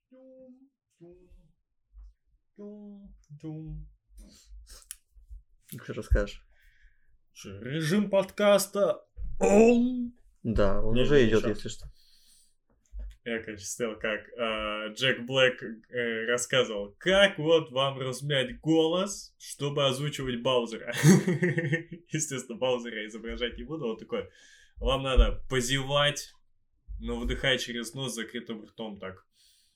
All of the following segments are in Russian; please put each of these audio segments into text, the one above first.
Что расскажешь? Режим подкаста он. Да, он уже идет, если что. Я, конечно, стоял, как Джек Блэк рассказывал, как вот вам размять голос, чтобы озвучивать Баузера. Естественно, Баузера я изображать не буду. Он такой, вам надо позевать, но вдыхай через нос с закрытым ртом так.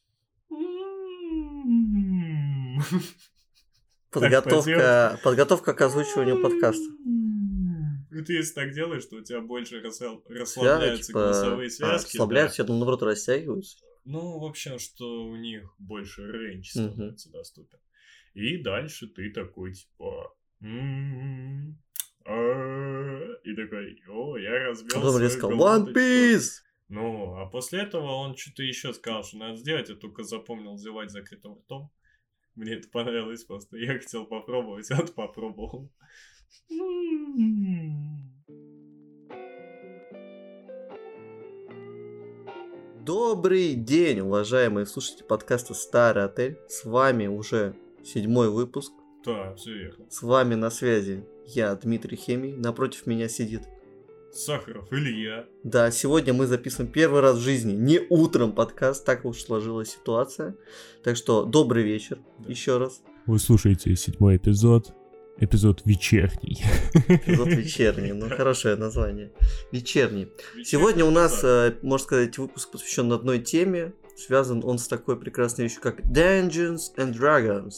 Подготовка к озвучиванию подкаста. И ты если так делаешь, то у тебя больше расслабляются голосовые связки. Расслабляются, я думаю, наоборот, растягиваются. Ну, в общем, что у них больше рейндж становится доступен. И дальше ты такой, типа... И такой, я развел свою One Piece! Ну, а после этого он что-то еще сказал, что надо сделать. Я только запомнил зевать закрытым ртом. Мне это понравилось просто. Я хотел попробовать, вот попробовал. Добрый день, уважаемые слушатели подкаста «Старый отель». С вами уже 7-й выпуск. Да, все верно. С вами на связи я, Дмитрий Хемий. Напротив меня сидит Сахаров Илья. Да, сегодня мы записываем первый раз в жизни не утром подкаст, так уж сложилась ситуация. Так что добрый вечер еще раз. Вы слушаете 7-й эпизод. Эпизод вечерний. Эпизод вечерний, ну хорошее название. Вечерний. Сегодня у нас, можно сказать, выпуск посвящен одной теме. Связан он с такой прекрасной вещью, как Dungeons and Dragons.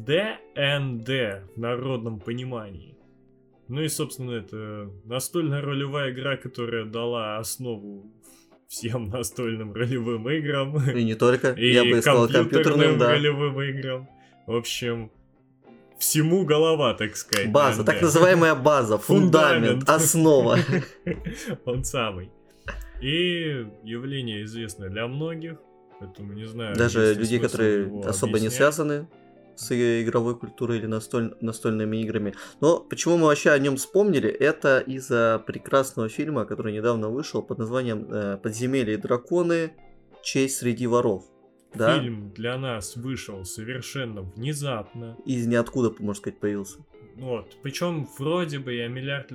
D&D в народном понимании. Ну и, собственно, это настольная ролевая игра, которая дала основу всем настольным ролевым играм. И не только, я бы сказал, компьютерным, да. Ролевым играм. В общем... Всему голова, так сказать. База, так называемая база, фундамент, основа. Он самый. И явление известное для многих, поэтому не знаю. Даже людей, которые особо не связаны с игровой культурой или настольными играми. Но почему мы вообще о нем вспомнили, это из-за прекрасного фильма, который недавно вышел под названием «Подземелье и драконы. Честь среди воров». Да? Фильм для нас вышел совершенно внезапно. Из ниоткуда, можно сказать, появился. Вот. Причем вроде бы я миллиард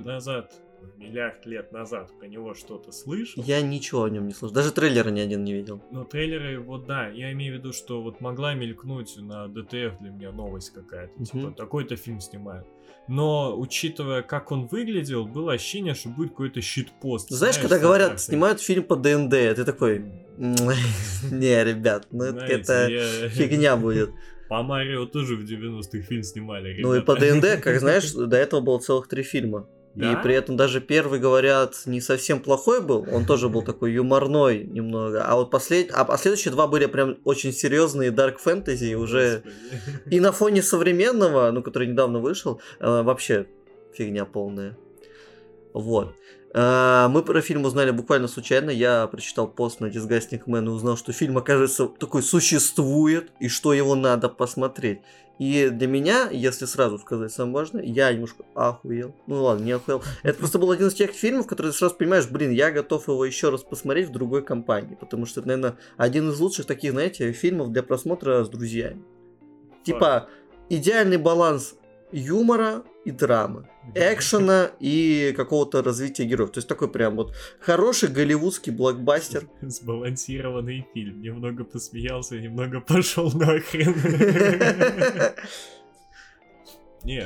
лет назад про него что-то слышал. Я ничего о нем не слышал. Даже трейлера ни один не видел. Но трейлеры, вот да, я имею в виду, что вот могла мелькнуть на ДТФ для меня новость какая-то. Типа, такой-то фильм снимают. Но, учитывая, как он выглядел, было ощущение, что будет какой-то щитпост. Знаешь, когда говорят, снимают фильм по ДНД, ты такой... Не, ребят, ну это фигня будет. По Марио тоже в 90-х фильм снимали. Ну и по ДНД, как знаешь, до этого было целых 3 фильма. Да? И при этом даже первый, говорят, не совсем плохой был, он тоже был такой юморной немного, а вот последующие 2 были прям очень серьезные дарк фэнтези, уже и на фоне современного, ну, который недавно вышел, вообще фигня полная. Вот. Мы про фильм узнали буквально случайно. Я прочитал пост на Disgusting Man и узнал, что фильм, оказывается, такой существует и что его надо посмотреть. И для меня, если сразу сказать самое важное, я немножко охуел. Ну ладно, не охуел. Это просто был один из тех фильмов, которые ты сразу понимаешь, я готов его еще раз посмотреть в другой компании. Потому что это, наверное, один из лучших таких, знаете, фильмов для просмотра с друзьями. Типа, идеальный баланс юмора и драмы, экшена и какого-то развития героев. То есть такой прям вот хороший голливудский блокбастер. Сбалансированный фильм. Немного посмеялся, немного пошел нахрен. Не,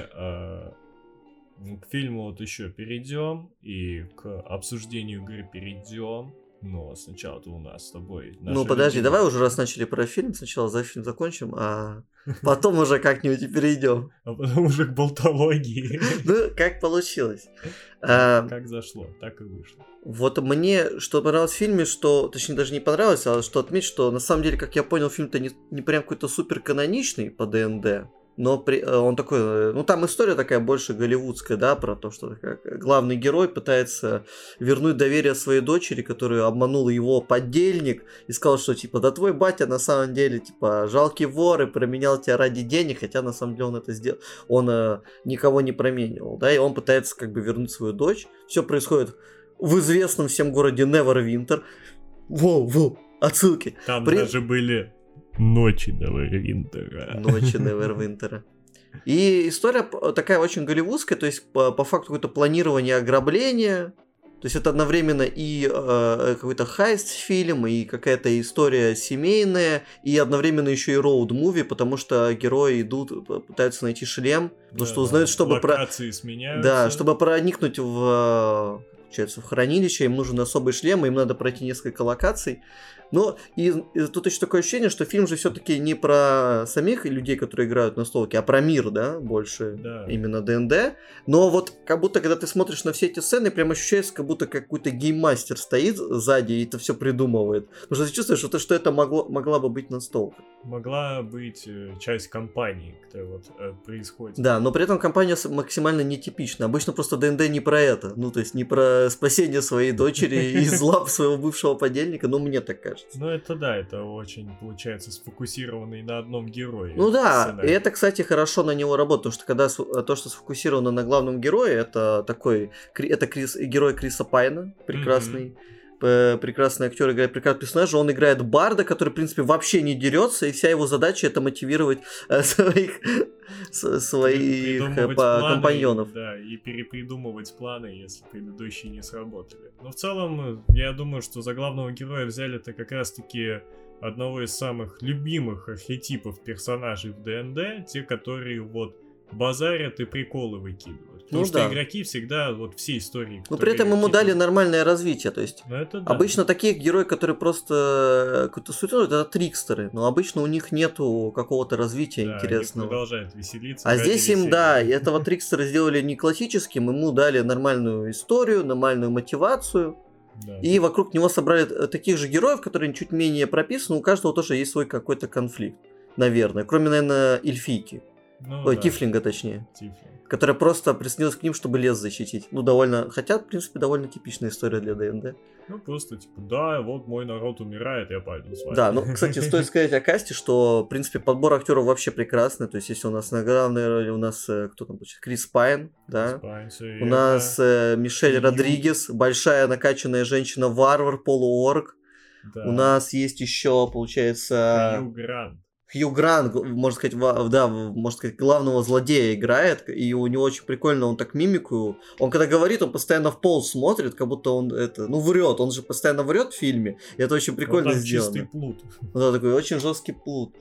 к фильму вот еще перейдем и к обсуждению игры перейдем. Но сначала-то у нас с тобой... Ну подожди, давай уже раз начали про фильм, сначала за фильм закончим, а потом уже как-нибудь и перейдем. А потом уже к болтологии. Ну, как получилось. Как зашло, так и вышло. Вот мне что понравилось в фильме, что, точнее даже не понравилось, а что отметить, что на самом деле, как я понял, фильм-то не прям какой-то супер каноничный по ДНД. Но он такой, ну там история такая больше голливудская, да, про то, что главный герой пытается вернуть доверие своей дочери, которую обманул его подельник, и сказал, что типа, да твой батя на самом деле, типа, жалкий вор и променял тебя ради денег, хотя на самом деле он это сделал, он никого не променивал, да, и он пытается как бы вернуть свою дочь. Все происходит в известном всем городе Невервинтер. Воу, отсылки. Там даже были Ночи Невервинтера. Ночи Невервинтера. И история такая очень голливудская, то есть по факту какое-то планирование ограбления. То есть это одновременно и какой-то хайст-фильм, и какая-то история семейная, и одновременно еще и роуд-муви, потому что герои идут, пытаются найти шлем, потому что узнают, чтобы сменяются. Да, чтобы проникнуть в хранилище, им нужен особый шлем, им надо пройти несколько локаций. Но и тут еще такое ощущение, что фильм же все-таки не про самих людей, которые играют на настолки, а про мир, да, больше именно ДНД. Но вот как будто, когда ты смотришь на все эти сцены, прям ощущается, как будто какой-то гейммастер стоит сзади и это все придумывает. Потому что ты чувствуешь, что это могла бы быть настолка. Могла быть часть кампании, которая вот происходит. Да, но при этом компания максимально нетипична. Обычно просто ДНД не про это. Ну, то есть не про спасение своей дочери из лап своего бывшего подельника, ну, мне так кажется. Ну, это да, это очень, получается, сфокусированный на одном герое. Ну да, сценарий. И это, кстати, хорошо на него работает, потому что когда то, что сфокусировано на главном герое, это такой, это герой Криса Пайна, прекрасный. Прекрасный актер играет прекрасного персонажа, он играет барда, который, в принципе, вообще не дерется, и вся его задача это мотивировать своих компаньонов. Да, и перепридумывать планы, если предыдущие не сработали. Но в целом, я думаю, что за главного героя взяли-то как раз-таки одного из самых любимых архетипов персонажей в ДНД, те, которые вот базарят и приколы выкидывают. Потому что игроки всегда, вот все истории... Но при этом ему дали нормальное развитие, то есть обычно таких героев, которые просто какую-то суть, это трикстеры, но обычно у них нету какого-то развития интересного. Продолжают веселиться. А здесь им, этого трикстера сделали не классическим, ему дали нормальную историю, нормальную мотивацию. Да. И вокруг него собрали таких же героев, которые чуть менее прописаны, у каждого тоже есть свой какой-то конфликт, наверное, кроме, наверное, эльфийки. Тифлинга, точнее. Которая просто присоединилась к ним, чтобы лес защитить. Ну, довольно... Хотя, в принципе, довольно типичная история для ДНД. Ну, просто, типа, вот мой народ умирает, я пойду с вами. Да, ну, кстати, стоит сказать о касте, что, в принципе, подбор актеров вообще прекрасный. То есть, если у нас на главной роли, у нас, кто там, Крис Пайн, да? У нас Мишель Родригес, большая накачанная женщина-варвар, полуорг. Да. У нас есть еще, получается... Хью Грант, можно сказать, главного злодея играет, и у него очень прикольно, он так мимику, он когда говорит, он постоянно в пол смотрит, как будто он врет, он же постоянно врет в фильме, и это очень прикольно сделано. Чистый плут. Да, такой очень жесткий плут.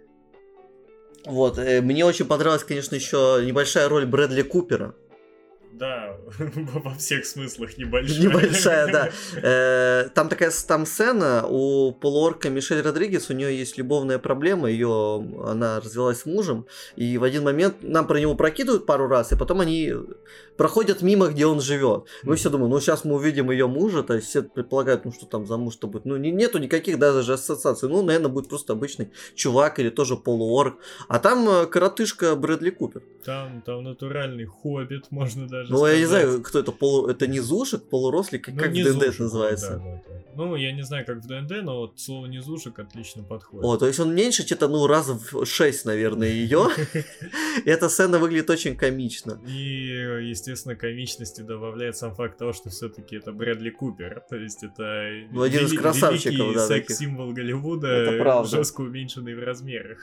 Вот, мне очень понравилась, конечно, еще небольшая роль Брэдли Купера. Да, во всех смыслах небольшая. Небольшая, да. Там сцена у полуорка Мишель Родригес, у нее есть любовная проблема, она развелась с мужем, и в один момент нам про него прокидывают пару раз, и потом они проходят мимо, где он живет. Мы все думаем, сейчас мы увидим ее мужа, то есть все предполагают, что там за муж-то будет. Ну, нету никаких даже ассоциаций. Ну, наверное, будет просто обычный чувак или тоже полуорк. А там коротышка Брэдли Купер. Там натуральный хоббит, можно даже сказать. Я не знаю, кто это, это низушек, полурослик, как в ДНД это называется? Да. Ну, я не знаю, как в ДНД, но вот слово низушек отлично подходит. То есть он меньше где-то, раз в 6, наверное, ее. И эта сцена выглядит очень комично. И, естественно, комичности добавляет сам факт того, что все-таки это Брэдли Купер. То есть это один из красавчиков, великий секс-символ Голливуда, жестко уменьшенный в размерах.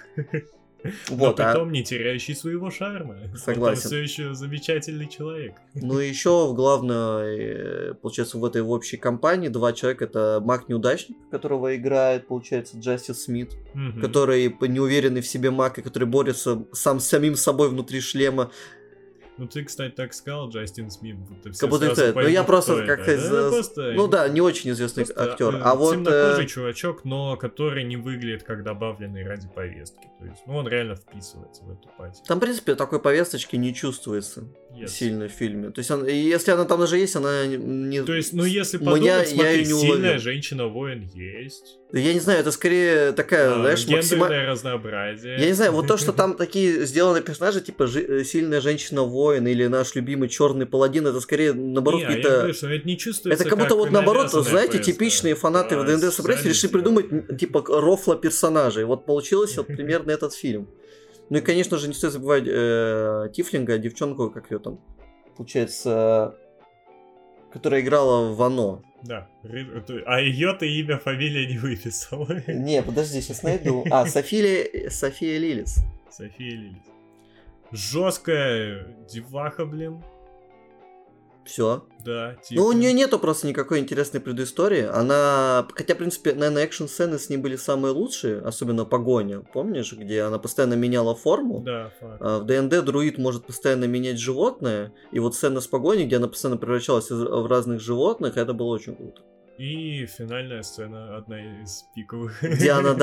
Но потом не теряющий своего шарма. Согласен. Он все еще замечательный человек. Ну и еще в главной, получается, в этой общей компании два человека. Это маг-неудачник, которого играет, получается, Джастис Смит, который неуверенный в себе маг, и который борется с самим собой внутри шлема. Ну ты, кстати, так сказал, Джастин Смит. Как будто это. Ну я просто как не очень известный актер. А вот темнокожий чувачок, но который не выглядит как добавленный ради повестки. То есть, он реально вписывается в эту пати. Там, в принципе, такой повесточки не чувствуется сильно в фильме. То есть, если она там даже есть, она не... То есть, если подумать, смотри, сильная женщина-воин есть. Я не знаю, это скорее такая, знаешь, гендерное разнообразие. Я не знаю, вот то, что там такие сделаны персонажи, типа сильная женщина-воин или наш любимый черный паладин, это скорее, наоборот, какие-то... Я говорю, что это не чувствуется. Это как будто вот наоборот, знаете, типичные фанаты в ДНД собрались, решили придумать, типа, рофла персонажей. Вот получилось вот примерно этот фильм. Ну и, конечно же, не стоит забывать Тифлинга, девчонку, как ее там, получается, которая играла в «Оно». Да. А ее-то имя, фамилия не выписал. Не, подожди, сейчас найду. А, София Лилис. София Лилис. Жесткая деваха, блин. Все. Да, типа. Ну, у нее нету просто никакой интересной предыстории. Она... Хотя, в принципе, наверное, экшн-сцены с ней были самые лучшие, особенно погоня. Помнишь, где она постоянно меняла форму? Да, факт. В ДНД друид может постоянно менять животное. И вот сцена с погоней, где она постоянно превращалась в разных животных, это было очень круто. И финальная сцена, одна из пиковых. Где она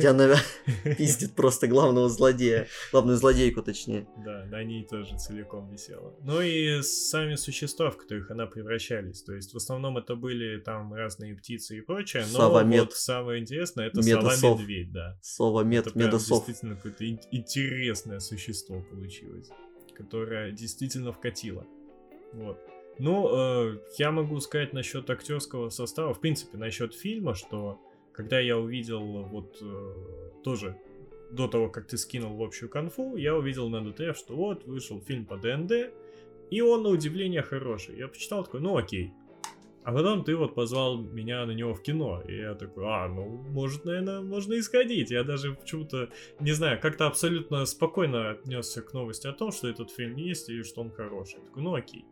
пиздит просто главного злодея. Главную злодейку, точнее. Да, на ней тоже целиком висела. Ну и сами существа, в которых она превращались. То есть в основном это были там разные птицы и прочее. Но Сова-мед. вот самое интересное, это Медосов. сова-медведь, да. Сова-мед, это прям медосов. действительно какое-то интересное существо получилось, которое действительно вкатило. Вот. Ну, я могу сказать насчет актерского состава, в принципе, насчет фильма, что когда я увидел вот тоже до того, как ты скинул в общую конфу, я увидел на ДТФ, что вот вышел фильм по ДНД, и он на удивление хороший. Я почитал, такой, ну окей. А потом ты вот позвал меня на него в кино, и я такой, ну, может, наверное, можно и сходить. Я даже почему-то, не знаю, как-то абсолютно спокойно отнесся к новости о том, что этот фильм есть и что он хороший. Я такой, ну окей.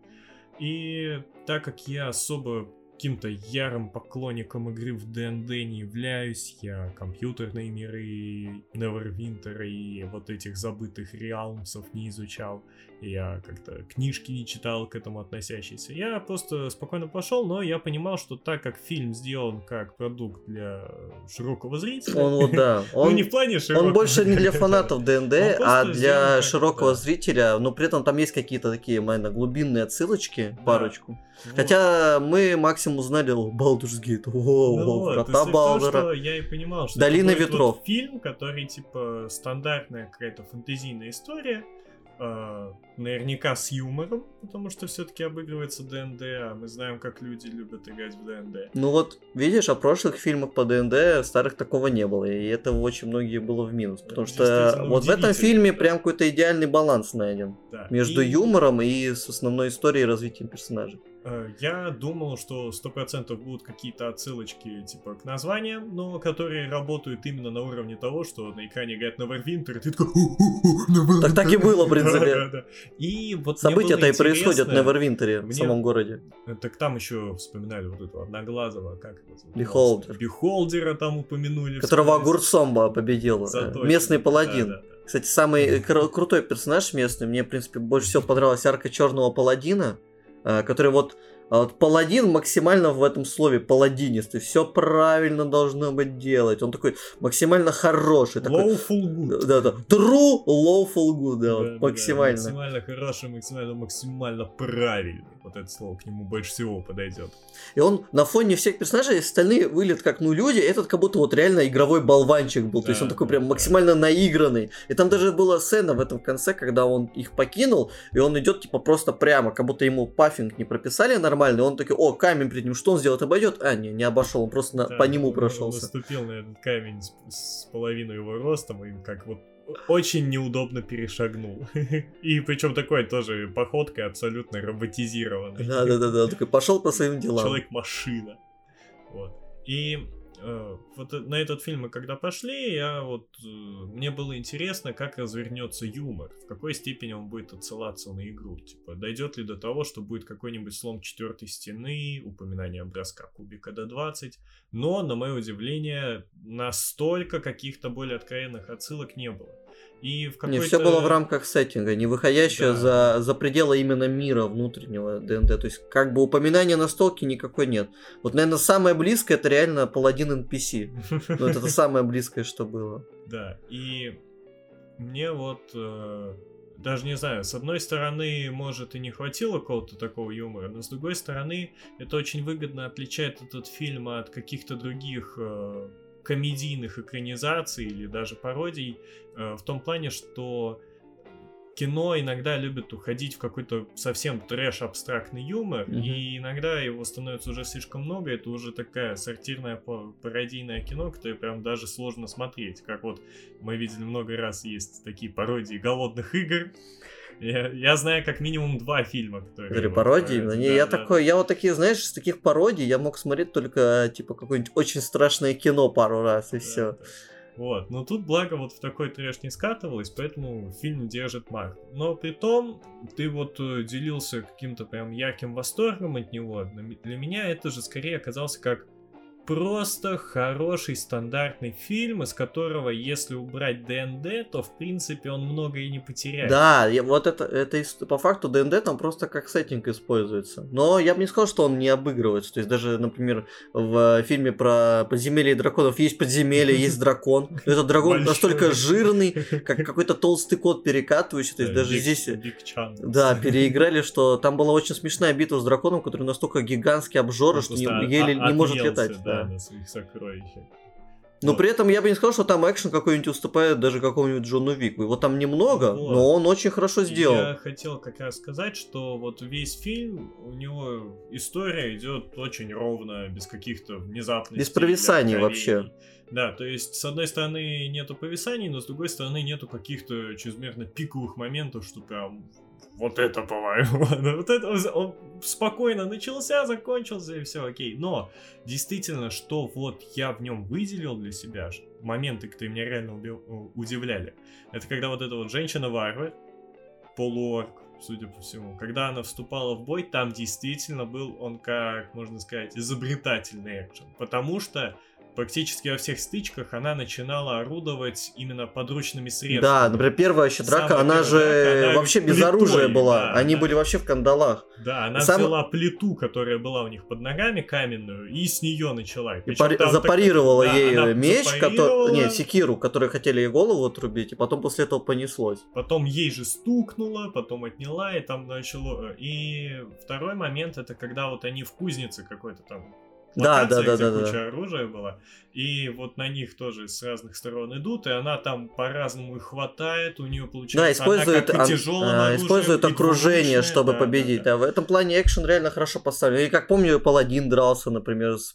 И так как я особо каким-то ярым поклонником игры в ДНД не являюсь, я компьютерные миры, Neverwinter и вот этих забытых реалмсов не изучал, я как-то книжки не читал к этому относящиеся. Я просто спокойно пошел, но я понимал, что так как фильм сделан как продукт для широкого зрителя... Он вот, да. Ну, не в плане широкого. Он больше не для фанатов ДНД, а для широкого зрителя, но при этом там есть какие-то такие, наверное, глубинные отсылочки, парочку. Хотя мы максимум узнали Baldur's Gate, врата Балдера, я и понимал, что Долина это будет ветров. Вот фильм, который типа стандартная какая-то фэнтезийная история, наверняка с юмором, потому что все-таки обыгрывается ДНД, а мы знаем, как люди любят играть в ДНД. Ну вот, видишь, о прошлых фильмах по ДНД старых такого не было, и это очень многие было в минус, потому что вот в этом фильме прям какой-то идеальный баланс найден между юмором и с основной историей и развитием персонажей. Я думал, что 100% будут какие-то отсылочки типа к названиям, но которые работают именно на уровне того, что на экране играет Neverwinter, и ты такой... Так и было, в принципе. Да. И вот события-то и происходят в Невервинтере, в самом городе. Так там еще вспоминали вот этого одноглазого, как его зовут? Бихолдер. Бихолдера там упомянули. Которого Огурцомба победил. Местный паладин. Кстати, самый крутой персонаж местный. Мне, в принципе, больше всего понравилась арка Черного Паладина, который вот паладин максимально в этом слове паладинистый. Все правильно должно быть делать. Он такой максимально хороший. Lawful good. Да. True lawful good. Да, максимально. Да, максимально хороший, максимально правильный. Вот это слово к нему больше всего подойдет. И он на фоне всех персонажей, остальные выглядят как люди. Этот как будто вот реально игровой болванчик был. То есть он такой прям максимально наигранный. И там даже была сцена в этом конце, когда он их покинул, и он идет типа просто прямо, как будто ему паффинг не прописали нормально. И он такой, камень перед ним, что он сделает, обойдет? Не обошел, он просто по нему прошелся. Он наступил на этот камень с половиной его ростом, и как вот очень неудобно перешагнул. И причем такой тоже походкой абсолютно роботизированной. Да, такой пошел по своим делам. Человек-машина. Вот. И вот на этот фильм мы когда пошли, мне было интересно, как развернется юмор, в какой степени он будет отсылаться на игру. Типа, дойдет ли до того, что будет какой-нибудь слом четвертой стены, упоминание броска кубика до 20. Но, на мое удивление, настолько каких-то более откровенных отсылок не было. И в какой-то... все было в рамках сеттинга, не выходящее за пределы именно мира внутреннего ДНД. То есть, как бы упоминания настолки никакой нет. Вот, наверное, самое близкое это реально паладин NPC. Ну, это самое близкое, что было. Да, и мне даже не знаю, с одной стороны, может, и не хватило какого-то такого юмора, но с другой стороны, это очень выгодно отличает этот фильм от каких-то других комедийных экранизаций или даже пародий, в том плане, что кино иногда любит уходить в какой-то совсем трэш-абстрактный юмор, и иногда его становится уже слишком много, это уже такая сортирное пародийное кино, которое прям даже сложно смотреть. Как вот мы видели много раз, есть такие пародии «Голодных игр». Я знаю как минимум 2 фильма, которые... Пародии? Я вот такие, знаешь, из таких пародий я мог смотреть только, типа, какое-нибудь очень страшное кино пару раз, и все. Вот, но тут, благо, вот в такой трэш не скатывалось, поэтому фильм держит марку. Но при том, ты вот делился каким-то прям ярким восторгом от него. Для меня это же скорее оказался как просто хороший стандартный фильм, из которого, если убрать ДНД, то, в принципе, он много и не потеряет. Да, вот это по факту ДНД там просто как сеттинг используется. Но я бы не сказал, что он не обыгрывается. То есть даже, например, в фильме про подземелье драконов есть подземелье, есть дракон. Этот дракон настолько жирный, как какой-то толстый кот перекатывающий. То есть даже здесь... Да, переиграли, что там была очень смешная битва с драконом, который настолько гигантский обжора, что еле не может летать. Да, на своих сокровищах. Но при этом я бы не сказал, что там экшен какой-нибудь уступает даже какому-нибудь Джону Вику. Его там немного, но он очень хорошо сделал. Я хотел как раз сказать, что вот весь фильм, у него история идет очень ровно, без каких-то внезапностей. Без провисаний вообще. Да, то есть, с одной стороны, нету провисаний, но с другой стороны, нету каких-то чрезмерно пиковых моментов, что прям... Вот это, по-моему, вот это он спокойно начался, закончился, и все окей. Но действительно, что вот я в нем выделил для себя, моменты, которые меня реально удивляли, это когда вот эта вот женщина-варвар, полуорк, судя по всему, когда она вступала в бой, там действительно был он, как можно сказать, изобретательный экшен. Потому что практически во всех стычках она начинала орудовать именно подручными средствами. Да, например, первая еще драка, она вообще без оружия была. Да, они были вообще в кандалах. Да, она взяла плиту, которая была у них под ногами, каменную, и с нее начала. И запарировала ей меч, секиру, которую хотели ей голову отрубить, и потом после этого понеслось. Потом ей же стукнуло, потом отняла, и там начало... И второй момент, это когда вот они в кузнице какой-то там... Локация, где куча оружия была, и вот на них тоже с разных сторон идут, и она там по-разному их хватает, у нее получается использует окружение, чтобы победить. Да. В этом плане экшен реально хорошо поставлен. И как помню, Паладин дрался, например, с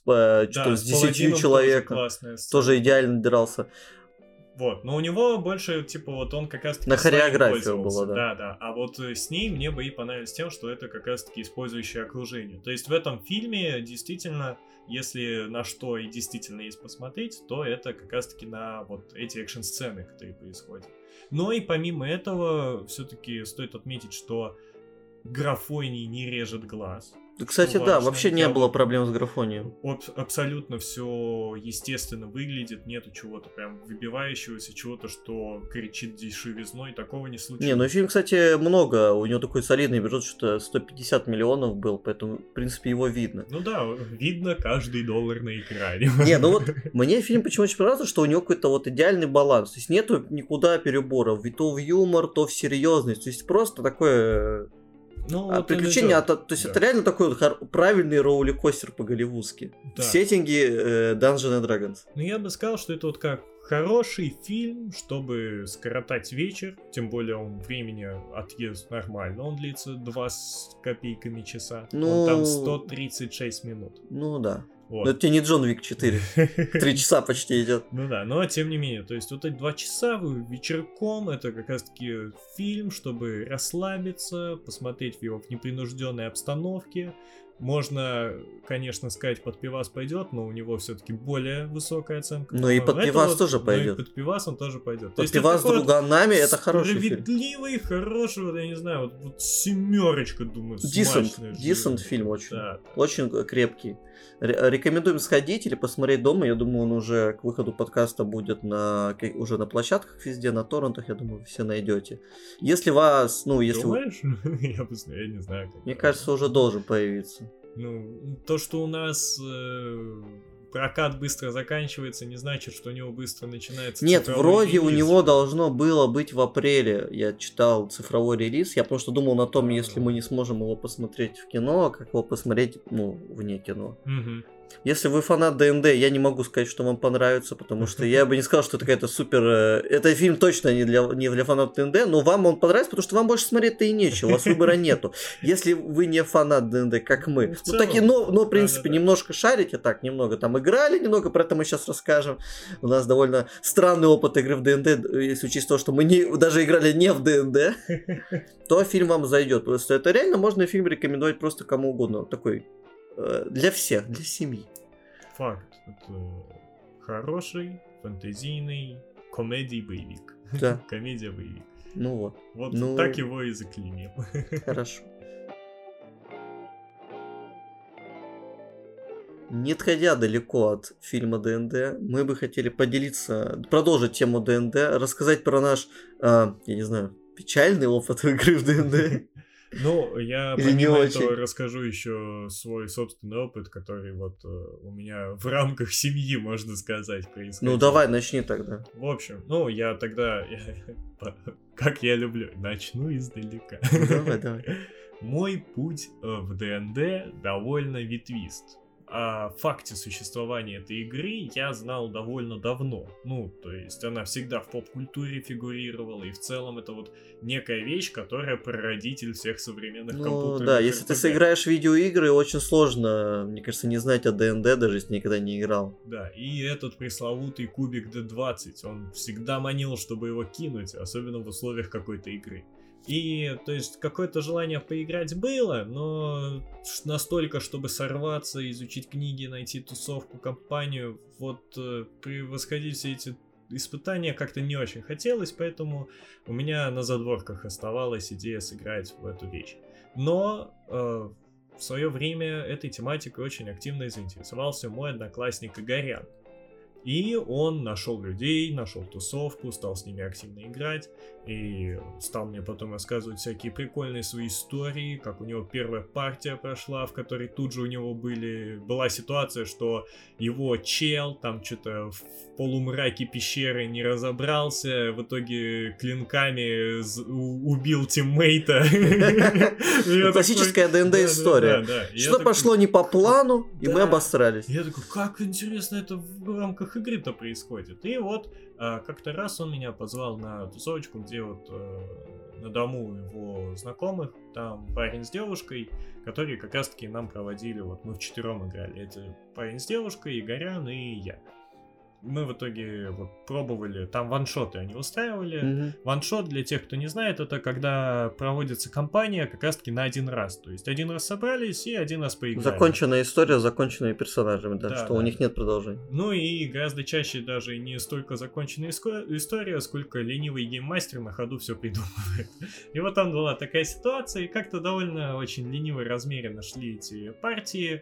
10 человеком. Тоже идеально дрался. Вот, но у него больше, типа, вот он как раз-таки на хореографию было, да. Да. А вот с ней мне бои понравились тем, что это как раз-таки использующее окружение. То есть в этом фильме действительно, если на что и действительно есть посмотреть, то это как раз-таки на вот эти экшн-сцены, которые происходят. Но и помимо этого, все-таки стоит отметить, что графоний не режет глаз. Кстати, да, вообще не было проблем с графонием. Абсолютно все естественно выглядит, нету чего-то прям выбивающегося, чего-то, что кричит дешевизной, такого не случилось. Не, ну фильм, кстати, много, у него такой солидный бюджет, что 150 миллионов был, поэтому, в принципе, его видно. Ну да, видно каждый доллар на экране. Не, ну вот, мне фильм почему очень понравился, что у него какой-то вот идеальный баланс, то есть нету никуда переборов, то в юмор, то в серьезность, то есть просто такое... приключения, то есть это реально такой вот правильный роллер-костер по-голливудски. В сеттинге Dungeons and Dragons. Ну я бы сказал, что это вот как хороший фильм, чтобы скоротать вечер, тем более он времени отъезд нормально, он длится 2 с копейками часа, он там 136 минут. Ну да. Вот. Но это тебе не Джон Вик 4. 3 часа почти идет. Ну да, но тем не менее. То есть вот эти 2 часа вечерком, это как раз таки фильм, чтобы расслабиться, посмотреть его в непринужденной обстановке. Можно, конечно, сказать, под пивас пойдет, но у него все-таки более высокая оценка. Ну и под пивас тоже пойдет. Под пивас он тоже пойдет. Под пивас с друганами это хороший фильм. Справедливый, хороший, вот я не знаю, вот 7, думаю, Decent фильм очень. Да. Очень крепкий. Рекомендуем сходить или посмотреть дома. Я думаю, он уже к выходу подкаста будет уже на площадках везде, на торрентах. Я думаю, вы все найдете. Если вас, Думаешь? Я не знаю. Мне кажется, уже должен появиться. Ну, то, что у нас прокат быстро заканчивается, не значит, что у него быстро начинается. Нет, вроде у него должно было быть в апреле. Я читал цифровой релиз. Я просто думал на том, если мы не сможем его посмотреть в кино, как его посмотреть, вне кино. Если вы фанат ДНД, я не могу сказать, что вам понравится, потому что я бы не сказал, что это какая-то супер... Это фильм точно не для фанатов ДНД, но вам он понравится, потому что вам больше смотреть-то и нечего, у вас выбора нету. Если вы не фанат ДНД, как мы, в принципе, немножко шарите, так, немного там играли, немного, про это мы сейчас расскажем. У нас довольно странный опыт игры в ДНД, если учесть то, что мы даже играли не в ДНД, то фильм вам зайдет. Просто это реально можно фильм рекомендовать просто кому угодно. Такой для всех, для семьи. Факт. Это хороший, фэнтезийный комедий-боевик. Да. Комедия-боевик. Ну вот. Вот так его и заклеймил. Хорошо. Не отходя далеко от фильма ДНД, мы бы хотели продолжить тему ДНД, рассказать про наш, я не знаю, печальный опыт игры в ДНД. Ну, я помимо этого расскажу еще свой собственный опыт, который вот у меня в рамках семьи, можно сказать, происходил. Ну, давай, начни тогда. В общем, я тогда, как я люблю, начну издалека. Давай. Мой путь в ДНД довольно ветвист. О факте существования этой игры я знал довольно давно. Ну, то есть она всегда в поп-культуре фигурировала, и в целом это вот некая вещь, которая прародитель всех современных компьютеров. Ну да, если ты сыграешь в видеоигры, очень сложно, мне кажется, не знать о ДНД, даже если никогда не играл. Да, и этот пресловутый кубик D20, он всегда манил, чтобы его кинуть, особенно в условиях какой-то игры. И, то есть, какое-то желание поиграть было, но настолько, чтобы сорваться, изучить книги, найти тусовку, компанию, вот превосходить все эти испытания как-то не очень хотелось, поэтому у меня на задворках оставалась идея сыграть в эту вещь. Но в свое время этой тематикой очень активно заинтересовался мой одноклассник Игорян. И он нашел людей, нашел тусовку, стал с ними активно играть и стал мне потом рассказывать всякие прикольные свои истории, как у него первая партия прошла, в которой тут же у него была ситуация, что его чел там что-то в полумраке пещеры не разобрался, в итоге клинками убил тиммейта. Классическая ДНД история. Что пошло не по плану, и мы обосрались. Я такой, как интересно это в рамках игры-то происходит. И вот как-то раз он меня позвал на тусовочку, где вот на дому его знакомых, там парень с девушкой, которые как раз-таки нам проводили, вот мы вчетвером играли. Это парень с девушкой, Игорян и я. Мы в итоге вот пробовали, там ваншоты они устраивали. Ваншот, для тех, кто не знает, это когда проводится кампания как раз-таки на один раз. То есть один раз собрались и один раз поиграли. Законченная история с законченными персонажами, да, что у них нет продолжения. Ну и гораздо чаще даже не столько законченная история, сколько ленивый гейммастер на ходу все придумывает. И вот там была такая ситуация, и как-то довольно очень лениво и размеренно шли эти партии.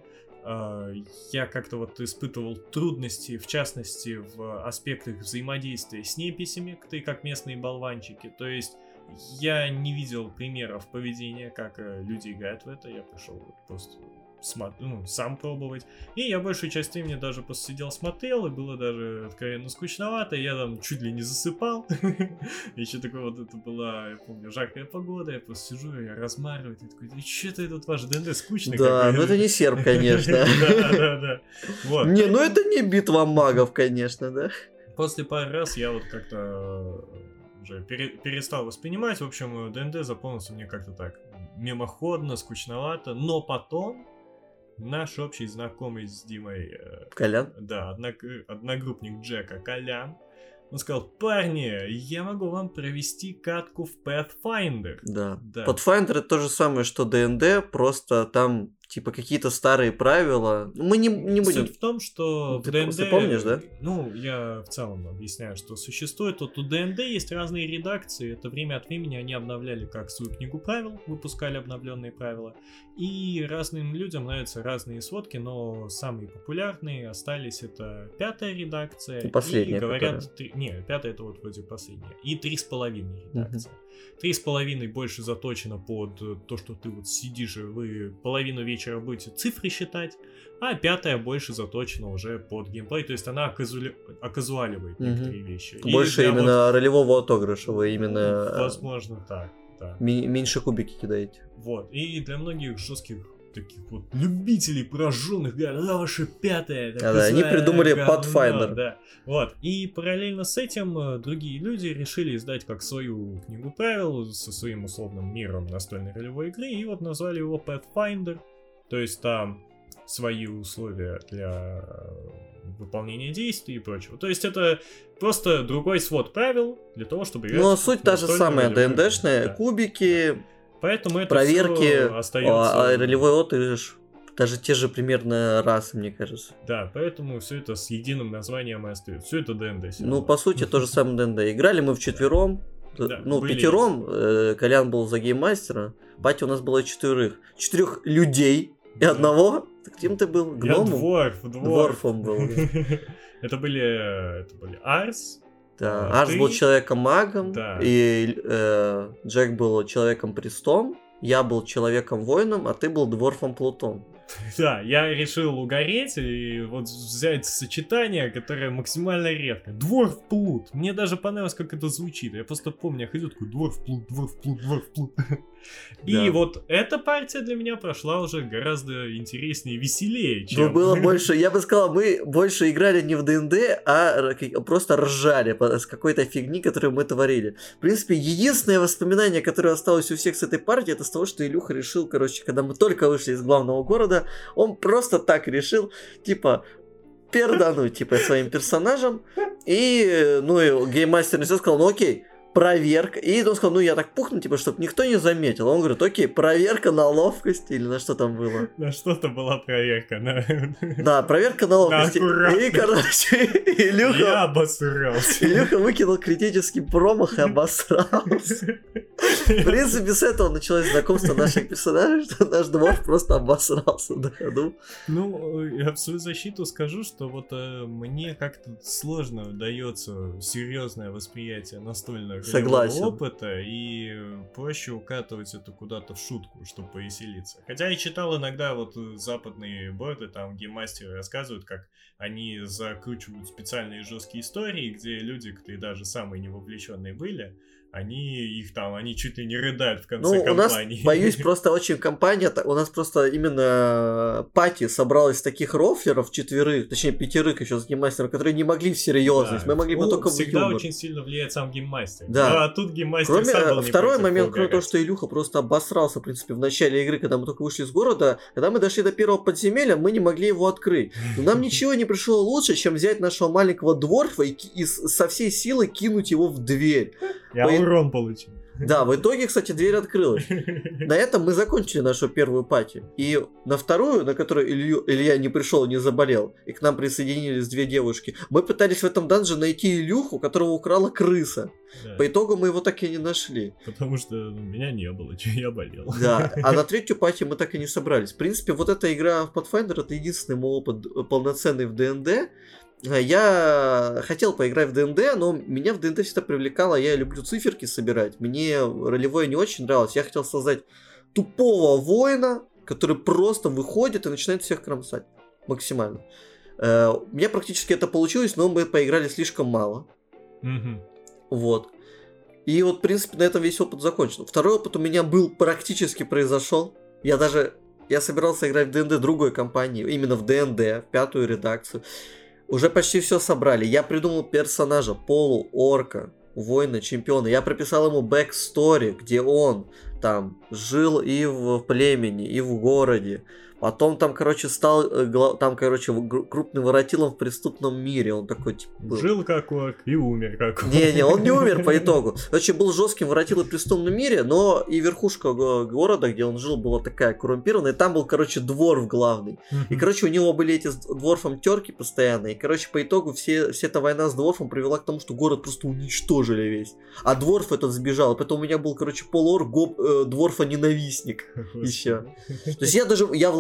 Я как-то вот испытывал трудности, в частности, в аспектах взаимодействия с неписями, как местные болванчики. То есть я не видел примеров поведения, как люди играют в это. Я пришел просто сам пробовать. И я большую часть времени даже просто сидел, смотрел, и было даже откровенно скучновато. Я там чуть ли не засыпал. Еще такое вот это была, я помню, жаркая погода. Я просто сижу, я размарываю. И такой, что-то этот ваш ДНД скучный. Да, ну это не серб, конечно. Да. Не, ну это не битва магов, конечно, да. После пары раз я вот как-то уже перестал воспринимать. В общем, ДНД запомнился мне как-то так мимоходно, скучновато. Но потом наш общий знакомый с Димой... Колян? Да, одногруппник Джека, Колян. Он сказал, парни, я могу вам провести катку в Pathfinder. Да. Pathfinder это то же самое, что ДНД, просто там типа какие-то старые правила. Мы не будем... Суть в том, что в ДНД... Ты помнишь, да? Ну, я в целом объясняю, что существует. Вот у ДНД есть разные редакции. Это время от времени они обновляли как свою книгу правил, выпускали обновленные правила. И разным людям нравятся разные сводки, но самые популярные остались это 5-я редакция. И последняя, и говорят, которая... Не, 5-я это вот вроде последняя. И 3,5 редакция. 3,5 больше заточено под то, что ты вот сидишь, и вы половину вечера будете цифры считать, а 5-я больше заточена уже под геймплей, то есть она оказуаливает некоторые вещи. Больше и именно ролевого отыгрыша, вы именно... Возможно, так, да. Меньше кубики кидаете. Вот, и для многих жестких таких вот любителей прожженных, говорят, ваша пятая. Они придумали Pathfinder. Да. Вот. И параллельно с этим другие люди решили издать как свою книгу правил со своим условным миром настольной ролевой игры, и вот назвали его Pathfinder. То есть там свои условия для выполнения действий и прочего. То есть это просто другой свод правил для того, чтобы играть. Но суть та же самая, ДНДшная, кубики, поэтому это проверки, остается... ролевой отыгрыш, даже те же примерно расы, мне кажется. Да, поэтому все это с единым названием и остается. Все это ДНД. Ну, по сути, то же самое ДНД. Играли мы вчетвером, пятером, Колян был за гейммастера, батя у нас было 4 людей и одного. Кем ты был? Гномом? Я Дворфом был. Это были Арс. Да, Арс был человеком-магом, и Джек был человеком-престом, я был человеком-воином, а ты был дворфом-плутом. Да, я решил угореть и вот взять сочетание, которое максимально редко. Дворф-плут. Мне даже понравилось, как это звучит. Я просто помню, я ходил такой дворф-плут, дворф-плут, дворф-плут. И вот эта партия для меня прошла уже гораздо интереснее и веселее, чем... Ну, было больше, я бы сказал, мы больше играли не в ДНД, а просто ржали с какой-то фигни, которую мы творили. В принципе, единственное воспоминание, которое осталось у всех с этой партии, это с того, что Илюха решил, когда мы только вышли из главного города, он просто так решил, пердануть, своим персонажем, и, гейммастер не сказал, ну окей, проверка. И он сказал, я так пухну, чтобы никто не заметил. Он говорит, окей, проверка на ловкость, или на что там было? На что-то была проверка. Да, проверка на ловкость. И, Илюха... Я обосрался. Илюха выкинул критический промах и обосрался. В принципе, с этого началось знакомство наших персонажей, что наш дворф просто обосрался на ходу. Я в свою защиту скажу, что вот мне как-то сложно дается серьезное восприятие настольного опыта, и проще укатывать это куда-то в шутку, чтобы повеселиться. Хотя я читал иногда западные боты, там гейммастеры рассказывают, как они закручивают специальные жесткие истории, где люди, которые даже самые невовлеченные были, они чуть ли не рыдают в конце кампании. У нас, боюсь, просто очень компания, у нас просто именно пати собралась таких рофлеров 4, точнее 5 еще с гейммастером, которые не могли в серьезность, мы могли бы только в юмор. Всегда очень сильно влияет сам гейммастер. Да. А тут гейммастер сам был не второй момент, кроме того, что Илюха просто обосрался, в принципе, в начале игры, когда мы только вышли из города, когда мы дошли до первого подземелья, мы не могли его открыть. Но нам ничего не пришло лучше, чем взять нашего маленького дворфа и со всей силы кинуть его в дверь. Я урон получил. Да, в итоге, кстати, дверь открылась. На этом мы закончили нашу первую пати. И на вторую, на которую Илья не пришел, не заболел, и к нам присоединились 2 девушки, мы пытались в этом данже найти Илюху, которого украла крыса. Да. По итогу мы его так и не нашли. Потому что меня не было, я болел. Да, а на третью пати мы так и не собрались. В принципе, вот эта игра в Pathfinder — это единственный мой опыт полноценный в ДНД. Я хотел поиграть в ДНД, но меня в ДНД всегда привлекало, я люблю циферки собирать, мне ролевое не очень нравилось, я хотел создать тупого воина, который просто выходит и начинает всех кромсать, максимально. У меня практически это получилось, но мы поиграли слишком мало. Вот. И вот, в принципе, на этом весь опыт закончен. Второй опыт у меня практически произошел. Я собирался играть в ДНД другой компании, именно в ДНД, в 5-ю редакцию. Уже почти все собрали. Я придумал персонажа, полуорка, воина-чемпиона. Я прописал ему бэкстори, где он там жил и в племени, и в городе. Потом там, стал крупным воротилом в преступном мире. Он такой, жил как орк и умер как орк. Не, он не умер по итогу. Был жестким воротилом в преступном мире, но и верхушка города, где он жил, была такая коррумпированная. И там был, дворф главный. И, у него были эти с дворфом терки постоянные. И, по итогу вся эта война с дворфом привела к тому, что город просто уничтожили весь. А дворф этот сбежал. И потом у меня был, полуорк, дворфа-ненавистник. Еще. То есть я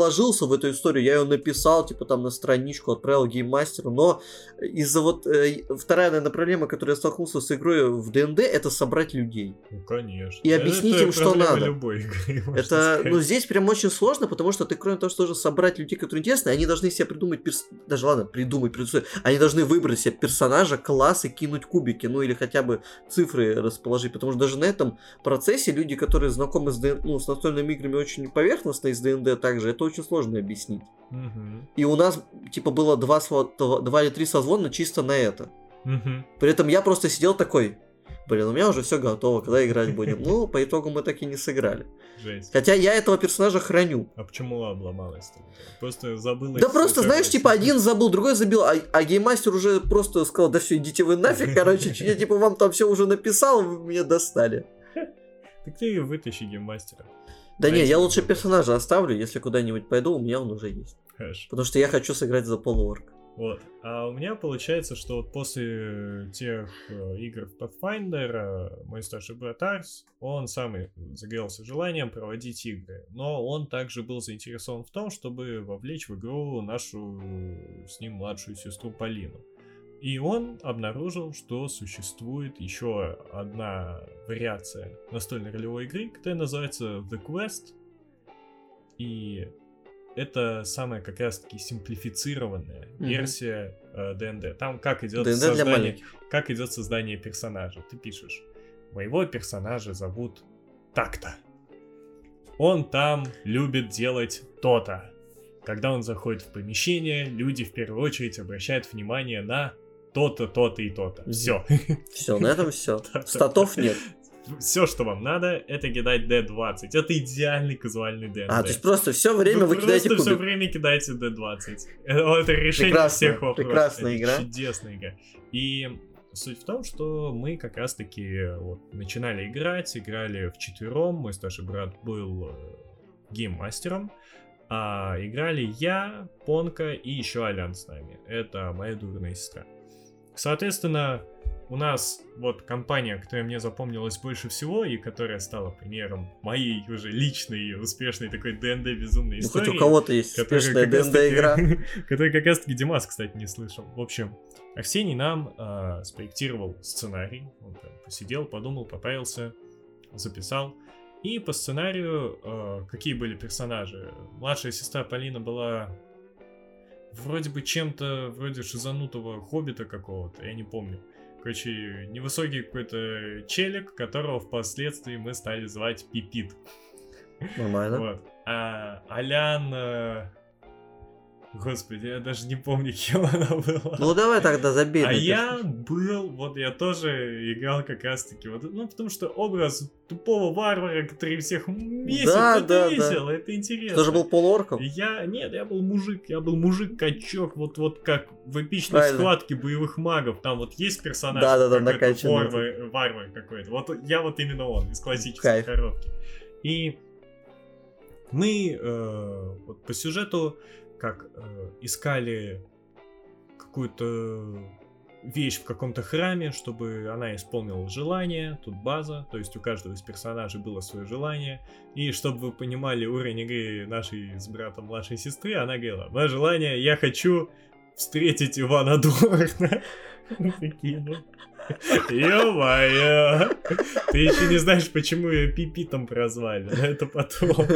вложился в эту историю, я ее написал, типа там на страничку, отправил гейммастеру, но из-за вот вторая, наверное, проблема, которой я столкнулся с игрой в ДНД, это собрать людей. Ну, конечно. И объяснить им, что надо. Любой игры, это, ну, здесь прям очень сложно, потому что ты, кроме того, что должен собрать людей, которые интересны, они должны себе придумать, даже ладно, придумать, они должны выбрать себе персонажа, класс и кинуть кубики, ну, или хотя бы цифры расположить, потому что даже на этом процессе люди, которые знакомы с настольными играми очень поверхностно, из ДНД также, это очень сложно объяснить. И у нас, типа, было 2 или 3 созвона чисто на это. При этом я просто сидел такой, блин, у меня уже все готово, когда играть будем? Ну, по итогу мы так и не сыграли. Жесть. Хотя я этого персонажа храню. А почему обломалось-то? Просто забыл. Да просто, знаешь, типа, один забыл, другой забил, а гейммастер уже просто сказал, да все, идите вы нафиг, короче, я типа вам там все уже написал, вы меня достали. Так ты вытащи гейммастера. Да не, я лучше персонажа оставлю, если куда-нибудь пойду, у меня он уже есть. Хорошо. Потому что я хочу сыграть за полуорк. Вот. А у меня получается, что вот после тех игр в Pathfinder мой старший брат Арс, он сам загорелся желанием проводить игры. Но он также был заинтересован в том, чтобы вовлечь в игру нашу с ним младшую сестру Полину. И он обнаружил, что существует еще одна вариация настольной ролевой игры, которая называется The Quest. И это самая как раз-таки симплифицированная версия ДНД. Там как идет создание персонажа. Ты пишешь: моего персонажа зовут так-то. Он там любит делать то-то. Когда он заходит в помещение, люди в первую очередь обращают внимание на то-то, то-то и то-то. Все. Все, на этом все. Статов нет. Все, что вам надо, это кидать D20. Это идеальный казуальный ДНД. То есть просто все время вы кидаете кубик. Все время кидаете D20. Это решение всех вопросов. Прекрасная игра. Чудесная игра. И суть в том, что мы как раз-таки начинали играть, играли вчетвером. Мой старший брат был гейммастером. А играли я, Понка и еще Алян с нами. Это моя двоюродная сестра. Соответственно, у нас компания, которая мне запомнилась больше всего и которая стала примером моей уже личной успешной такой ДНД безумной истории. Хоть у кого-то есть успешная ДНД игра. Которую как раз таки Димас, кстати, не слышал. В общем, Арсений нам спроектировал сценарий. Он там посидел, подумал, поправился, записал. И по сценарию какие были персонажи? Младшая сестра Полина была вроде бы чем-то вроде шизанутого хоббита какого-то, я не помню. Короче, невысокий какой-то челик, которого впоследствии мы стали звать Пипит. Нормально. Вот. А Алян... Господи, я даже не помню, кем она была. Ну давай тогда забей. А я был, я тоже играл как раз-таки, потому что образ тупого варвара, который всех месяц, это весело, это интересно. Ты же был полуорком? Нет, я был мужик-качок, вот как в эпичной схватке боевых магов, там есть персонаж, накачанный. Варвар какой-то, я именно он, из классической коробки. И мы по сюжету искали какую-то вещь в каком-то храме, чтобы она исполнила желание. Тут база, то есть у каждого из персонажей было свое желание. И чтобы вы понимали уровень игры нашей с братом младшей сестры, она говорила: мое желание, я хочу встретить Ивана Дорна. Такие, ё-моё, ты еще не знаешь, почему ее Пипитом прозвали, но это потом.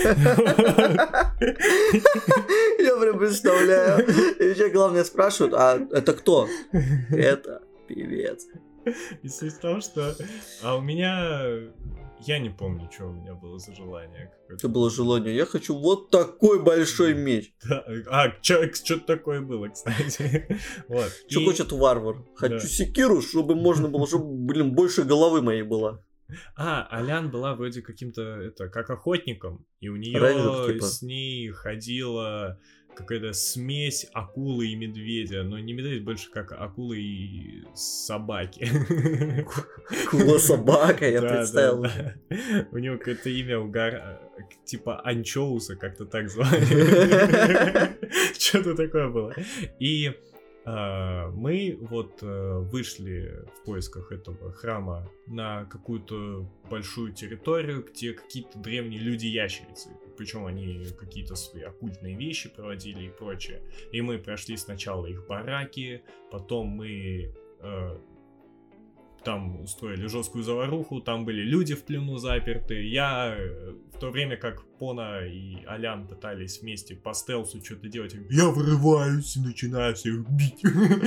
Я прям представляю. И еще главное спрашивают: а это кто? Это певец. И суть в том, что... А у меня... Я не помню, что у меня было за желание. Это было желание: я хочу вот такой большой меч. Да. Что-то такое было, кстати. Что хочет варвар? Хочу секиру, чтобы можно было, чтобы, больше головы моей было. Алян была вроде каким-то, как охотником, и у нее с ней ходила какая-то смесь акулы и медведя, но не медведь, больше как акулы и собаки. Акула-собака, я представил. У него какое-то имя типа Анчоуса, как-то так звали. Что-то такое было. И Мы вот вышли в поисках этого храма на какую-то большую территорию, где какие-то древние люди-ящерицы. Причем они какие-то свои оккультные вещи проводили и прочее. И мы прошли сначала их бараки, потом мы там устроили жесткую заваруху, там были люди в плену заперты. Я в то время как Пона и Алян пытались вместе по стелсу что-то делать, я вырываюсь и начинаю всех бить.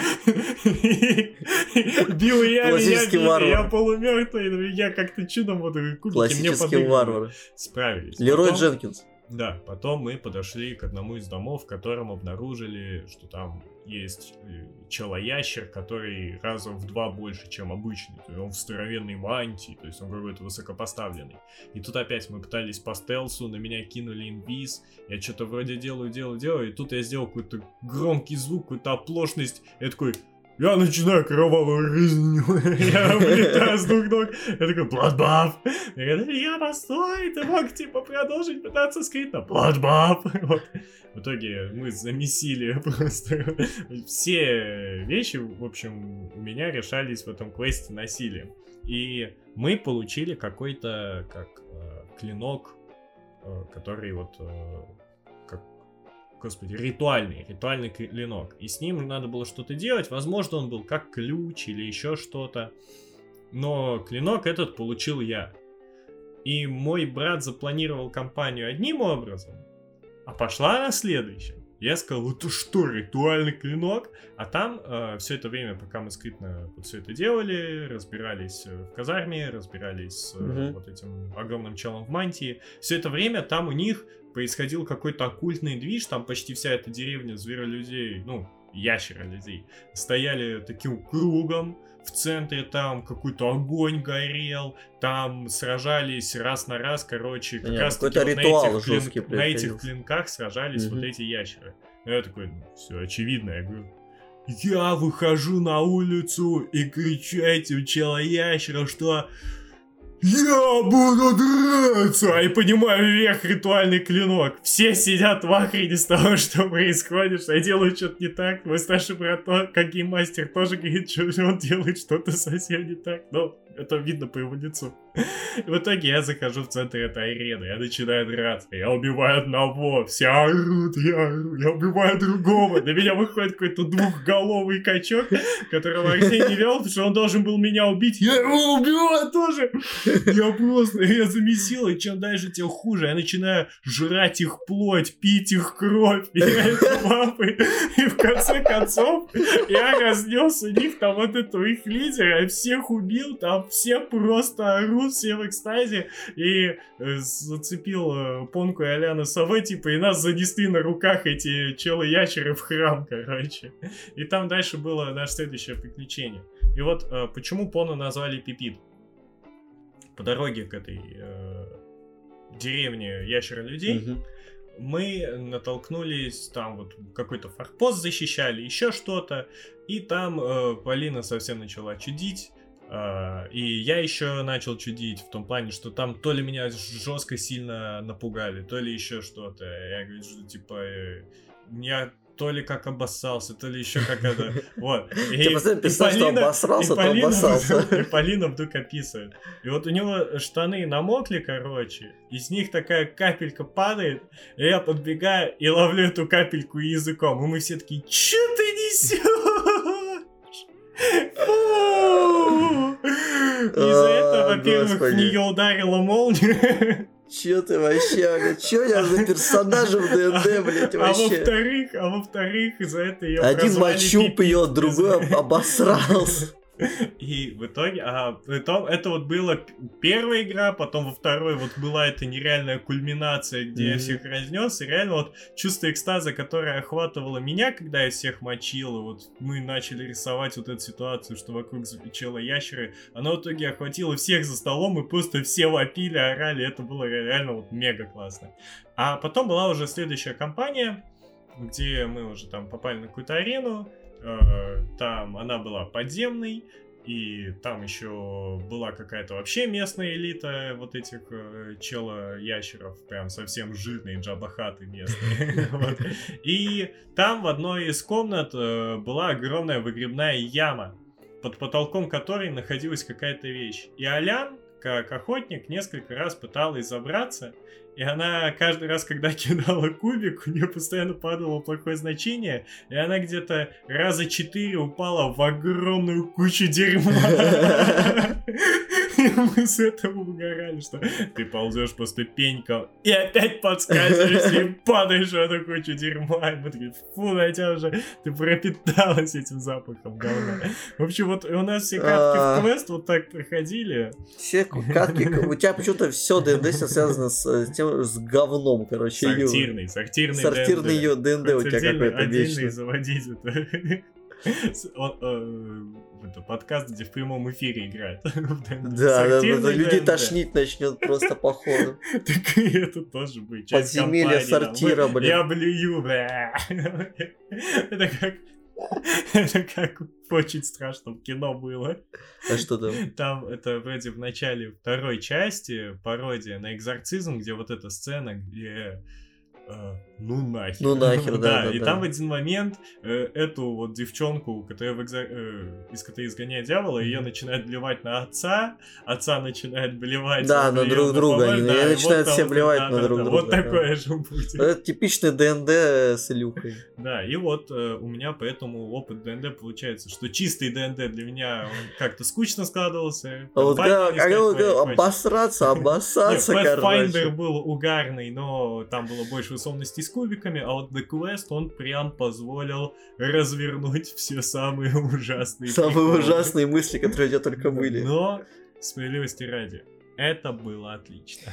Бил я полумертвый, я как-то чудом вот кубики мне подыгрывали. Справились. Лерой Дженкинс. Да, потом мы подошли к одному из домов, в котором обнаружили, что там есть челоящер, который раза в 2 больше, чем обычный. То есть он в здоровенной мантии, то есть он какой-то высокопоставленный. И тут опять мы пытались по стелсу, на меня кинули инвиз, я что-то вроде делаю, и тут я сделал какой-то громкий звук, какую-то оплошность, я такой... Я начинаю кровавую жизнь. Я вылетаю с 2 ног. Я такой, Bloodbath. Я говорю, я постой, ты мог типа продолжить пытаться скрыть на Bloodbath. Вот. В итоге мы замесили просто все вещи, в общем, у меня решались в этом квесте насилием. И мы получили какой-то, как клинок, который вот... Господи, ритуальный клинок. И с ним надо было что-то делать. Возможно, он был как ключ или еще что-то. Но клинок этот получил я. И мой брат запланировал кампанию одним образом, а пошла она следующим. Я сказал, это что, ритуальный клинок? А там все это время, пока мы скрытно вот все это делали, разбирались в казарме, разбирались с вот этим огромным челом в мантии, все это время там у них происходил какой-то оккультный движ, там почти вся эта деревня зверолюдей, ну, ящеролюдей, стояли таким кругом, в центре там какой-то огонь горел, там сражались раз на раз, короче, как раз таки вот на этих клинках сражались вот эти ящеры. Я такой, ну, все очевидно, я говорю, я выхожу на улицу и кричу этим челоящерам, что я буду драться! И понимаю, вверх ритуальный клинок. Все сидят в ахрене с того, что происходит, что я делаю что-то не так. Мой старший брат, как гейммастер, тоже говорит, что он делает что-то совсем не так. Но это видно по его лицу. И в итоге я захожу в центр этой арены, я начинаю драться. Я убиваю одного, все орут, я убиваю другого. На меня выходит какой-то двухголовый качок, которого Арсений вел, потому что он должен был меня убить. Я его убиваю тоже. Я замесил, и чем дальше, тем хуже. Я начинаю жрать их плоть, пить их кровь, менять лапы. И в конце концов я разнес у них там вот этого их лидера, я всех убил, там все просто орут, все в экстазе. И зацепил Понку и Аляну с собой, типа, и нас занесли на руках эти челы-ящеры в храм, короче. И там дальше было наше следующее приключение. И вот почему Пону назвали Пипит. По дороге к этой деревне ящера-людей мы натолкнулись, там вот какой-то форпост защищали, еще что-то, и там Полина совсем начала чудить, и я еще начал чудить в том плане, что там то ли меня жестко сильно напугали, то ли еще что-то. Я говорю, что типа я то ли как обоссался, то ли еще как это. Вот. Ты постоянно писал, что обосрался, то обоссался. И Полина вдруг описывает. И вот у него штаны намокли, короче, и с них такая капелька падает, и я подбегаю и ловлю эту капельку языком. И мы все такие, че ты несешь? Из-за этого, во-первых, в нее ударила молния. Чё ты вообще, чё я за персонажа в ДНД, блять, вообще? А во-вторых, из-за этого ее один мочуп ее, другой обосрался. И в итоге, это вот была первая игра, потом во второй вот была эта нереальная кульминация, где я всех разнес, и реально вот чувство экстаза, которое охватывало меня, когда я всех мочил, и вот мы начали рисовать вот эту ситуацию, что вокруг чела ящеры, оно в итоге охватило всех за столом, и просто все вопили, орали, это было реально вот мега классно. А потом была уже следующая кампания, где мы уже там попали на какую-то арену. Там она была подземной, И там еще была какая-то вообще местная элита вот этих чело-ящеров, прям совсем жирные джабахаты местные. И там в одной из комнат была огромная выгребная яма, под потолком которой находилась какая-то вещь. И Алян, как охотник, несколько раз пыталась забраться, и она каждый раз, когда кидала кубик, у нее постоянно падало плохое значение, и она где-то раза 4 упала в огромную кучу дерьма. И мы с этого угорали, что ты ползешь по ступенькам и опять подскакиваешь и падаешь в эту кучу дерьма. И мы такие, фу, на тебя уже, ты пропиталась этим запахом говна. В общем, вот у нас все катки в квест вот так проходили. Все катки, у тебя почему-то все ДНД связано с тем, с говном, короче. Сортирный ДНД у тебя какой-то вечный. Отдельный заводить это подкаст, где в прямом эфире играет. Да, людей тошнить начнет просто походу. Так и это тоже будет. Подземелье сортира, блин. Я блюю, бля. Это как в очень страшном кино было. А что там? Там это вроде в начале второй части пародия на экзорцизм, где вот эта сцена, где ну нахер. Ну нахер, да. И там в один момент эту вот девчонку, которая из которой изгоняет дьявола, ее начинает блевать на отца начинает блевать на друг друга. Они начинают все блевать на друг друга. Вот такое же будет. Это типичный ДНД с Илюхой. Да, и вот у меня поэтому опыт ДНД получается, что чистый ДНД для меня как-то скучно складывался. А вот обосраться, короче. Pathfinder был угарный, но там было больше условностей с кубиками, а вот The Quest, он прям позволил развернуть все самые ужасные ужасные мысли, которые у тебя только были. Но, справедливости ради, это было отлично.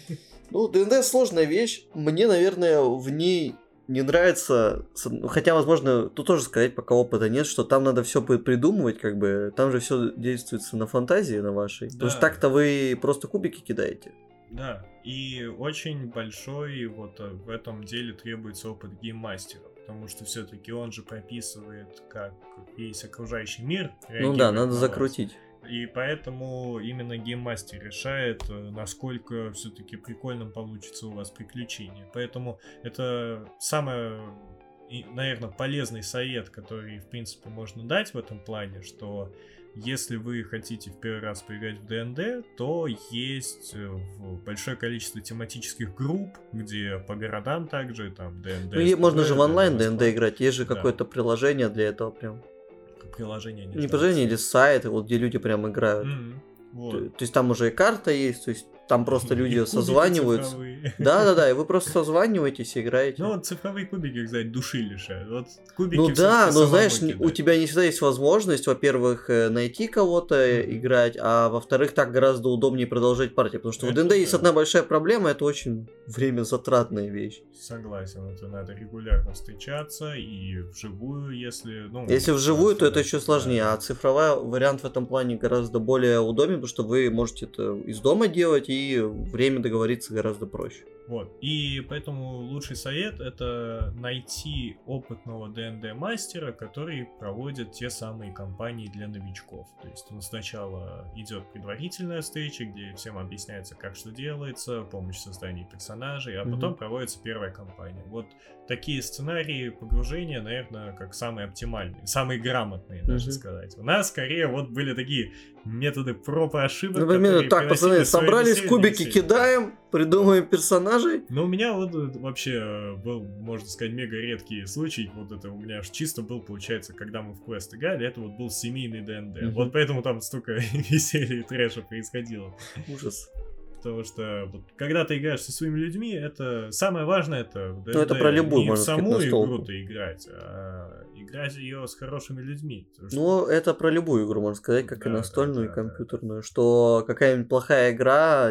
Ну, ДНД сложная вещь. Мне, наверное, в ней не нравится, хотя, возможно, тут тоже сказать, пока опыта нет, что там надо все придумывать, как бы, там же все действуется на фантазии на вашей. Да. Потому что так-то вы просто кубики кидаете. Да, и очень большой вот в этом деле требуется опыт гейммастера, потому что все-таки он же прописывает, как весь окружающий мир реагирует. Ну да, надо закрутить. И поэтому именно гейммастер решает, насколько все-таки прикольным получится у вас приключение. Поэтому это самый, наверное, полезный совет, который, в принципе, можно дать в этом плане, что если вы хотите в первый раз поиграть в ДНД, то есть большое количество тематических групп, где по городам также там ДНД. Ну, можно же в онлайн ДНД играть, есть же какое-то приложение для этого прям. Приложение не приложение, или сайт, вот где люди прям играют. Вот. То есть там уже и карта есть, то есть там просто люди созваниваются. Да, и вы просто созваниваетесь и играете. Ну, вот цифровые кубики, кстати, души лишают. Вот кубики. Ну да, но знаешь, у тебя не всегда есть возможность, во-первых, найти кого-то играть, а во-вторых, так гораздо удобнее продолжать партию. Потому что в ДНД есть одна большая проблема, это очень времязатратная вещь. Согласен, это надо регулярно встречаться и вживую, если... Если вживую, то это еще сложнее, а цифровой вариант в этом плане гораздо более удобен, потому что вы можете это из дома делать, и время договориться гораздо проще. Вот. И поэтому лучший совет — это найти опытного ДНД-мастера, который проводит те самые кампании для новичков. То есть он сначала идет предварительная встреча, где всем объясняется, как что делается, помощь в создании персонажей, а потом проводится первая кампания. Вот такие сценарии погружения, наверное, как самые оптимальные, самые грамотные, даже сказать. У нас скорее вот были такие методы проб и ошибок. Например, так, пацаны, собрались кубики, кидаем, придумаем персонажей. Но у меня вот вообще был, можно сказать, мега редкий случай. Вот это у меня аж чисто был, получается, когда мы в квест играли, это вот был семейный ДНД. Вот поэтому там столько веселья и трэша происходило. Ужас. Потому что вот, когда ты играешь со своими людьми, это самое важное, это в ДНД, это про любую, не в саму игру-то играть, а играть ее с хорошими людьми. Ну, это про любую игру, можно сказать, как и настольную, и компьютерную, что какая-нибудь плохая игра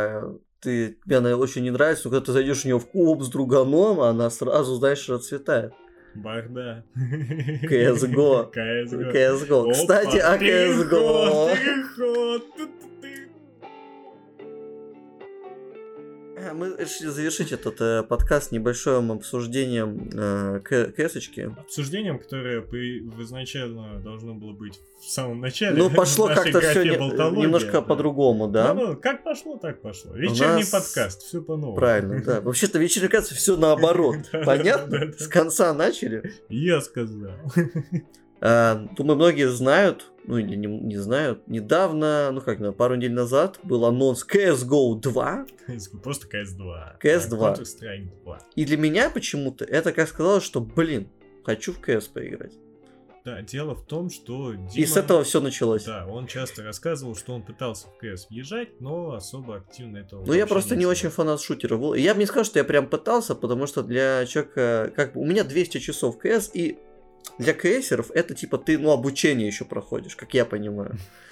тебе она очень не нравится, но когда ты зайдешь в нее в кооп с друганом, она сразу, знаешь, расцветает. Бахда. CSGO. CSGO. Кстати, о CSGO. Мы решили завершить этот подкаст небольшим обсуждением КС-очки. Обсуждением, которое изначально должно было быть в самом начале. Ну, пошло как-то все немножко по-другому, да? Ну, как пошло, так пошло. Вечерний подкаст, все по-новому. Правильно, да. Вообще-то вечерний подкаст все наоборот. Понятно? С конца начали. Я сказал. Думаю, многие знают, ну или не знают, недавно, пару недель назад был анонс CSGO 2. Просто CS2. CS2. Counter-Strike 2. И для меня почему-то это как сказалось, что, хочу в CS поиграть. Да, дело в том, что Дима... И с этого все началось. Да, он часто рассказывал, что он пытался в CS въезжать, но особо активно этого я просто не очень фанат шутеров был. Я бы не сказал, что я прям пытался, потому что для человека... у меня 200 часов CS, и для КСеров это типа ты, обучение еще проходишь, как я понимаю.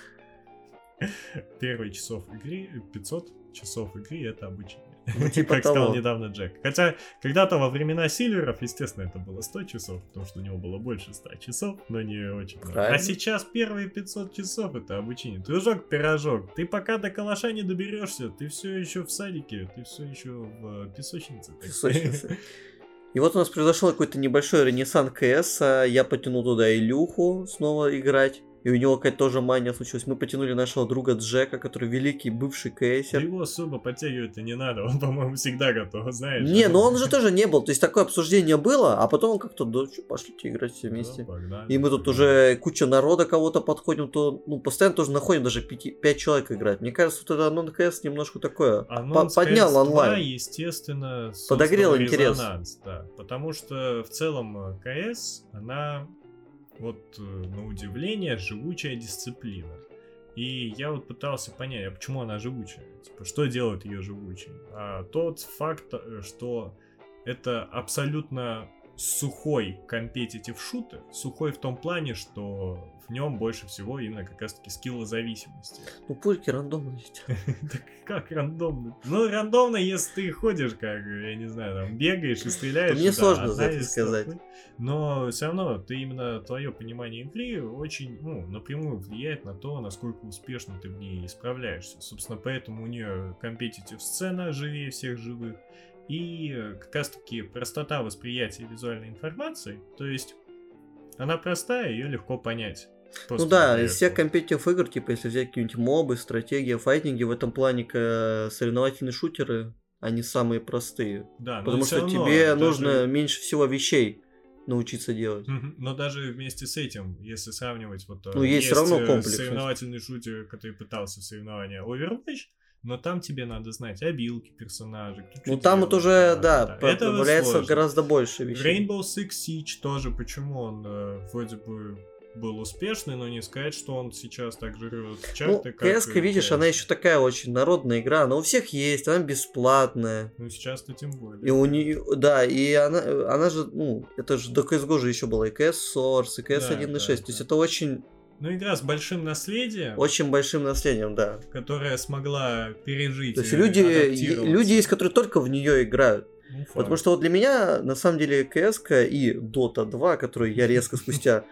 Первые часов игры, 500 часов игры это обучение. Типа как сказал недавно Джек. Хотя, когда-то во времена Сильверов, естественно, это было 100 часов, потому что у него было больше 100 часов, но не очень много. А сейчас первые 500 часов это обучение. Дружок-пирожок, ты пока до калаша не доберешься, ты все еще в садике, ты все еще в песочнице. И вот у нас произошел какой-то небольшой ренессанс КС, я потянул туда Илюху снова играть, и у него какая-то тоже мания случилась. Мы потянули нашего друга Джека, который великий бывший КСер. Его особо подтягивать-то не надо, он, по-моему, всегда готов, знаешь. Не, но он же тоже не был, то есть такое обсуждение было, а потом он как-то, пошлите играть все вместе. Да, погнали, и мы тут уже куча народа кого-то подходим, то постоянно тоже находим, даже 5 человек играть. Мне кажется, вот это анонс КС немножко такое поднял онлайн. Естественно, подогрел интерес. Да, потому что в целом КС, она... на удивление, живучая дисциплина. И я пытался понять, а почему она живучая? Что делает ее живучей? Тот факт, что это абсолютно сухой компетитив шутер. Сухой в том плане, что в нем больше всего именно как раз таки скиллозависимости. Пульки рандомность. Так как рандомно? Рандомно, если ты ходишь, я не знаю, там бегаешь и стреляешь. Мне сложно за это сказать. Но все равно именно твое понимание игры очень, напрямую влияет на то, насколько успешно ты в ней справляешься. Собственно, поэтому у нее компетитив сцена живее всех живых. И как раз таки простота восприятия визуальной информации, то есть она простая, ее легко понять. Из всех компетитив игр, если взять какие-нибудь мобы, стратегии, файтинги, в этом плане соревновательные шутеры, они самые простые. Да, потому что тебе нужно меньше всего вещей научиться делать. Но даже вместе с этим, если сравнивать, есть все равно комплекс. Соревновательный шутер, который пытался в соревнования Overwatch, но там тебе надо знать обилки персонажей. Там вот уже, появляется гораздо больше вещей. Rainbow Six Siege тоже, почему он вроде бы был успешный, но не сказать, что он сейчас так жрет чарты, как... CS, видишь, она еще такая очень народная игра, она у всех есть, она бесплатная. Сейчас-то тем более. И у нее, и она же, это же до CSGO же еще было и CS Source, и CS 1.6, то есть это очень... игра с большим наследием. Очень большим наследием, да. Которая смогла пережить. То есть люди есть, которые только в нее играют. Потому что для меня, на самом деле, CS и Dota 2, которую я резко спустя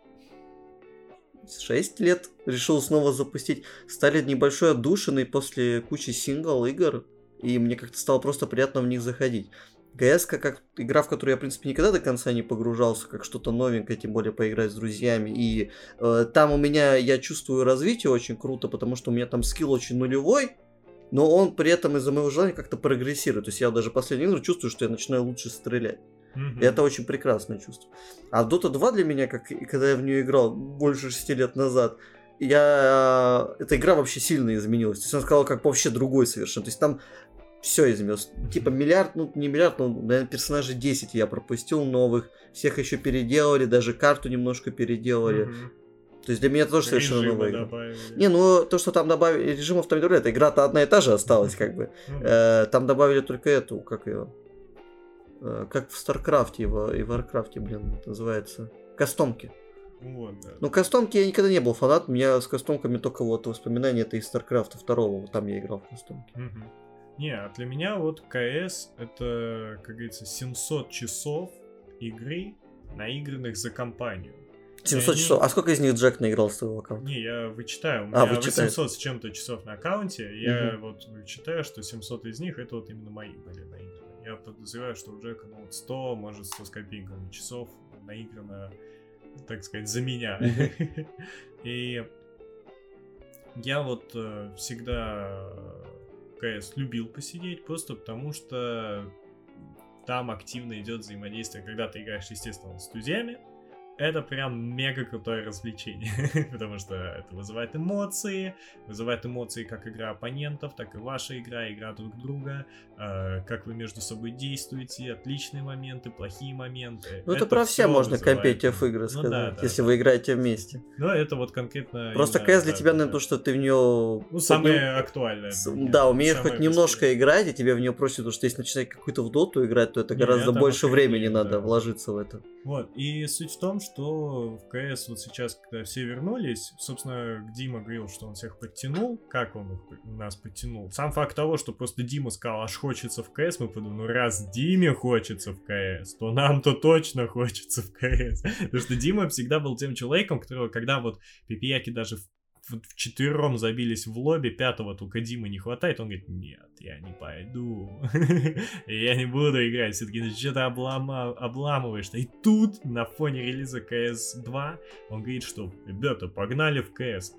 6 лет решил снова запустить, стали небольшой отдушиной после кучи сингл-игр, и мне как-то стало просто приятно в них заходить. КС как игра, в которую я, в принципе, никогда до конца не погружался, как что-то новенькое, тем более поиграть с друзьями. И там я чувствую развитие очень круто, потому что у меня там скилл очень нулевой, но он при этом из-за моего желания как-то прогрессирует. То есть я даже последнюю игру чувствую, что я начинаю лучше стрелять. И это очень прекрасное чувство. А Dota 2 для меня, когда я в нее играл больше 6 лет назад, эта игра вообще сильно изменилась. То есть она сказала, как вообще другой совершенно. То есть там все изменилось. Типа миллиард, не миллиард, но, наверное, персонажей 10 я пропустил новых. Всех еще переделали, даже карту немножко переделали. То есть для меня это тоже совершенно новая игра. Добавили. То, что там добавили режимов, там не добавили, эта игра-то одна и та же осталась, как бы. Там добавили только эту, как ее... Как в Старкрафте и в Варкрафте, называется. Кастомки. Кастомки я никогда не был фанатом. У меня с кастомками только воспоминания это из Старкрафта 2. Там я играл в кастомки. Для меня КС это, как говорится, 700 часов игры, наигранных за компанию. 700 часов. А сколько из них Джек наиграл с твоего аккаунта? Не, я вычитаю. У меня 800 с чем-то часов на аккаунте. Я вот вычитаю, что 700 из них это вот именно мои были наиграны. Я подозреваю, что у Джека 100, может 100 с копейками часов наиграно, так сказать, за меня. И я вот всегда КС любил посидеть, просто потому что там активно идет взаимодействие, когда ты играешь, естественно, с друзьями. Это прям мега крутое развлечение, потому что это вызывает эмоции как игра оппонентов, так и ваша игра друг друга, как вы между собой действуете, отличные моменты, плохие моменты. Ну это про все можно компетитив игры сказать, если вы играете вместе. Но это вот конкретно... Просто КС для тебя, наверное, то, что ты в нее... Ну, самое актуальное. Да, умеешь хоть немножко играть, и тебе в нее просят, потому что если начинать какую-то в доту играть, то это гораздо больше времени надо вложиться в это. Вот, и суть в том, что в КС вот сейчас, когда все вернулись, собственно, Дима говорил, что он всех подтянул. Как он нас подтянул? Сам факт того, что просто Дима сказал, аж хочется в КС, мы подумали, ну раз Диме хочется в КС, то нам-то точно хочется в КС. Потому что Дима всегда был тем человеком, которого, когда вот пипияки даже вчетвером забились в лобби, пятого только Димы не хватает, он говорит, нет, я не пойду, я не буду играть, все-таки ты что-то обламываешь. И тут на фоне релиза CS2 он говорит, что, ребята, погнали в CS,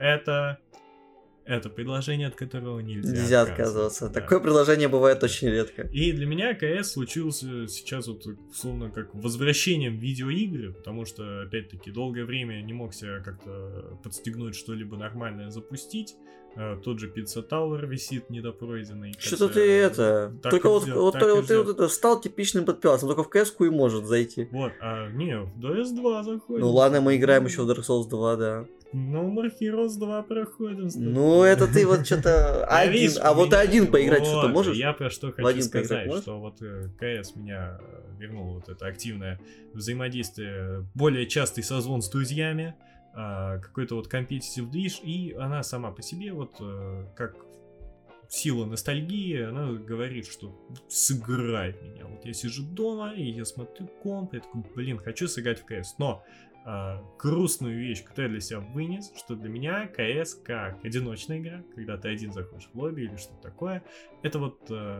это предложение, от которого нельзя отказываться. Да. Такое предложение бывает очень редко. И для меня КС случился сейчас вот условно как возвращением в видеоигры, потому что, опять-таки, долгое время не мог себя как-то подстегнуть что-либо нормальное запустить. Тот же Pizza Tower висит недопройденный. Что-то ты это... Только вот стал типичным подпиласом, только в КС-ку и может зайти. Вот, не, в DS2 заходит. Ну ладно, мы играем еще в Dark Souls 2, да. Ну, More Heroes 2 проходим. Ну, это ты вот что-то один, а вот один поиграть что-то можешь? Я про что хочу сказать, что вот КС меня вернул вот это активное взаимодействие, более частый созвон с друзьями, какой-то вот компетитив движ, и она сама по себе вот как сила ностальгии, она говорит, что сыграй в меня. Вот я сижу дома, и я смотрю комп, и я такой, блин, хочу сыграть в КС, но грустную вещь, которую я для себя вынес, что для меня КС как одиночная игра, когда ты один заходишь в лобби или что-то такое, это вот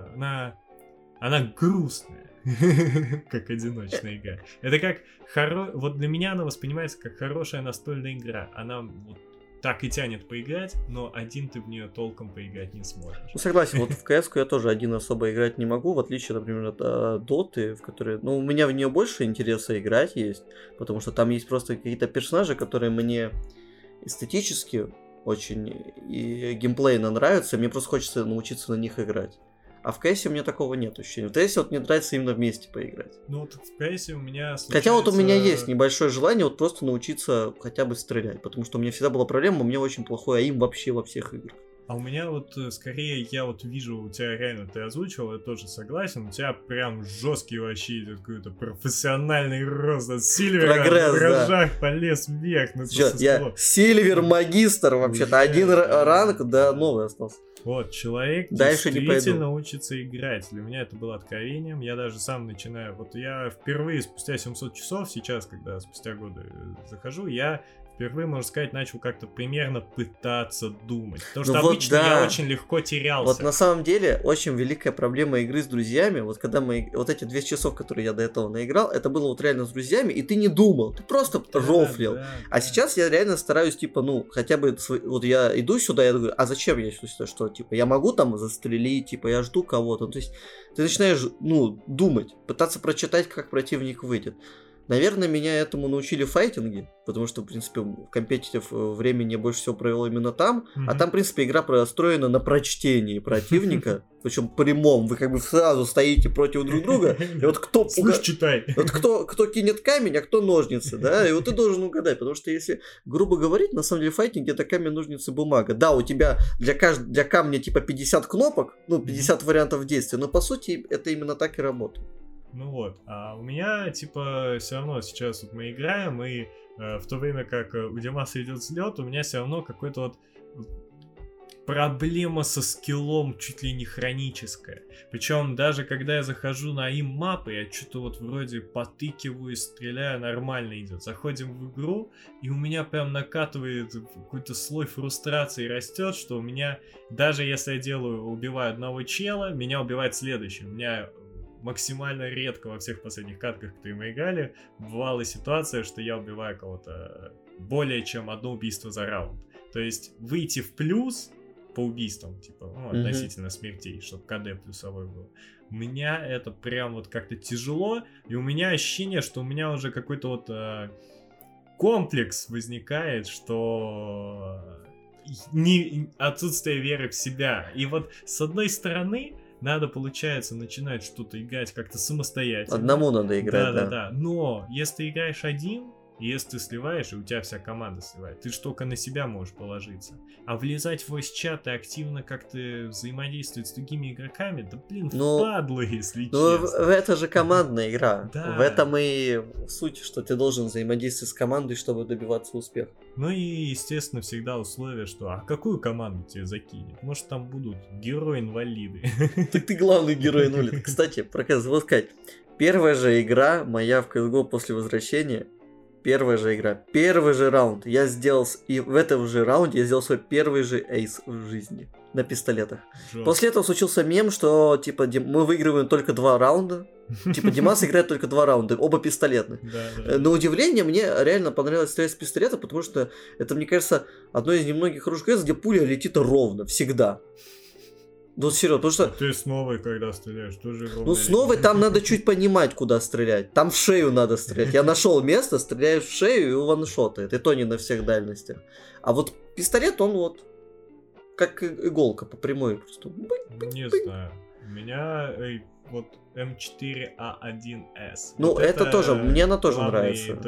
она грустная, как одиночная игра. Это как вот для меня она воспринимается как хорошая настольная игра. Она вот так и тянет поиграть, но один ты в нее толком поиграть не сможешь. Ну, согласен, вот в КС-ку я тоже один особо играть не могу, в отличие, например, от Доты, в которой... Ну, у меня в нее больше интереса играть есть, потому что там есть просто какие-то персонажи, которые мне эстетически очень и геймплейно нравятся, и мне просто хочется научиться на них играть. А в КСе у меня такого нет ощущения. В КСе вот мне нравится именно вместе поиграть. Ну вот в КСе у меня случается... Хотя вот у меня есть небольшое желание вот просто научиться хотя бы стрелять. Потому что у меня всегда была проблема, у меня очень плохой аим вообще во всех играх. А у меня вот скорее, я вот вижу, у тебя реально, ты озвучивал, я тоже согласен, у тебя прям жесткий вообще идет какой-то профессиональный рост от Сильвера, прогресс, в гаражах полез вверх. Я Сильвер-магистр вообще-то, один ранг, да, новый остался. Вот, человек дальше действительно учится играть. Для меня это было откровением. Я даже сам начинаю... Вот я впервые спустя 700 часов, сейчас, когда спустя годы захожу, я впервые, можно сказать, начал как-то примерно пытаться думать. Потому что вот обычно да. я очень легко терялся. Вот на самом деле, очень великая проблема игры с друзьями. Вот когда мы... Вот эти 200 часов, которые я до этого наиграл, это было вот реально с друзьями, и ты не думал, ты просто рофлил. А сейчас я реально стараюсь, типа, ну, хотя бы... Вот я иду сюда, я говорю, а зачем я сюда? Что, типа, я могу там застрелить, типа, я жду кого-то. То есть ты начинаешь, ну, думать, пытаться прочитать, как противник выйдет. Наверное, меня этому научили файтинги, потому что, в принципе, в компетитив времени я больше всего провел именно там, а там, в принципе, игра построена на прочтении противника, причем прямом, вы как бы сразу стоите против друг друга, и вот кто... Слышь, читай. Вот кто кинет камень, а кто ножницы, да, и вот ты должен угадать, потому что если, грубо говорить, на самом деле файтинг это камень, ножницы, бумага. Да, у тебя для камня типа 50 кнопок, ну, 50 вариантов действия, но по сути это именно так и работает. Ну вот, а у меня, типа, все равно сейчас вот мы играем, и в то время как у Димаса идет взлет, у меня все равно какой-то вот проблема со скиллом чуть ли не хроническая. Причем даже когда я захожу на им-мапы, я что-то вот вроде потыкиваю и стреляю, нормально идет. Заходим в игру, и у меня прям накатывает какой-то слой фрустрации, растет, что у меня, даже если я убиваю одного чела, меня убивает следующий. У меня максимально редко во всех последних катках, которые мы играли, бывала ситуация, что я убиваю кого-то более чем одно убийство за раунд. То есть выйти в плюс по убийствам, типа, относительно смертей, чтобы КД плюсовой был. У меня это прям вот как-то тяжело, и у меня ощущение, что у меня уже какой-то вот комплекс возникает, что отсутствие веры в себя. И вот с одной стороны надо, получается, начинать что-то играть как-то самостоятельно. Одному надо играть, да. Но если ты играешь один, и если ты сливаешь, и у тебя вся команда сливает, ты же только на себя можешь положиться. А влезать в voice-чат и активно как-то взаимодействовать с другими игроками, да блин, впадло, если честно. Это же командная игра. Да. В этом и суть, что ты должен взаимодействовать с командой, чтобы добиваться успеха. Ну и, естественно, всегда условие, что а какую команду тебе закинет? Может, там будут герои-инвалиды. Так ты главный герой-инвалид. Кстати, про забыл сказать. Первая же игра моя в CSGO после возвращения. Первая же игра, первый же раунд я сделал, и в этом же раунде я сделал свой первый же эйс в жизни на пистолетах. Жестко. После этого случился мем, что типа мы выигрываем только 2 раунда. Типа Димас играет только 2 раунда, оба пистолетных. Да. На удивление, мне реально понравилось стрелять с пистолета, потому что это, мне кажется, одно из немногих хороших эйс, где пуля летит ровно, всегда. Ну, серьезно, потому что... Ты с новой, когда стреляешь, тоже ровно. Ну, с новой там надо чуть понимать, куда стрелять. Там в шею надо стрелять. Я нашел место, стреляю в шею и ваншотает. И то не на всех дальностях. А вот пистолет, он вот как иголка по прямой. Просто... Не знаю. У меня вот М4А1С. Ну, вот это тоже, мне она тоже нравится.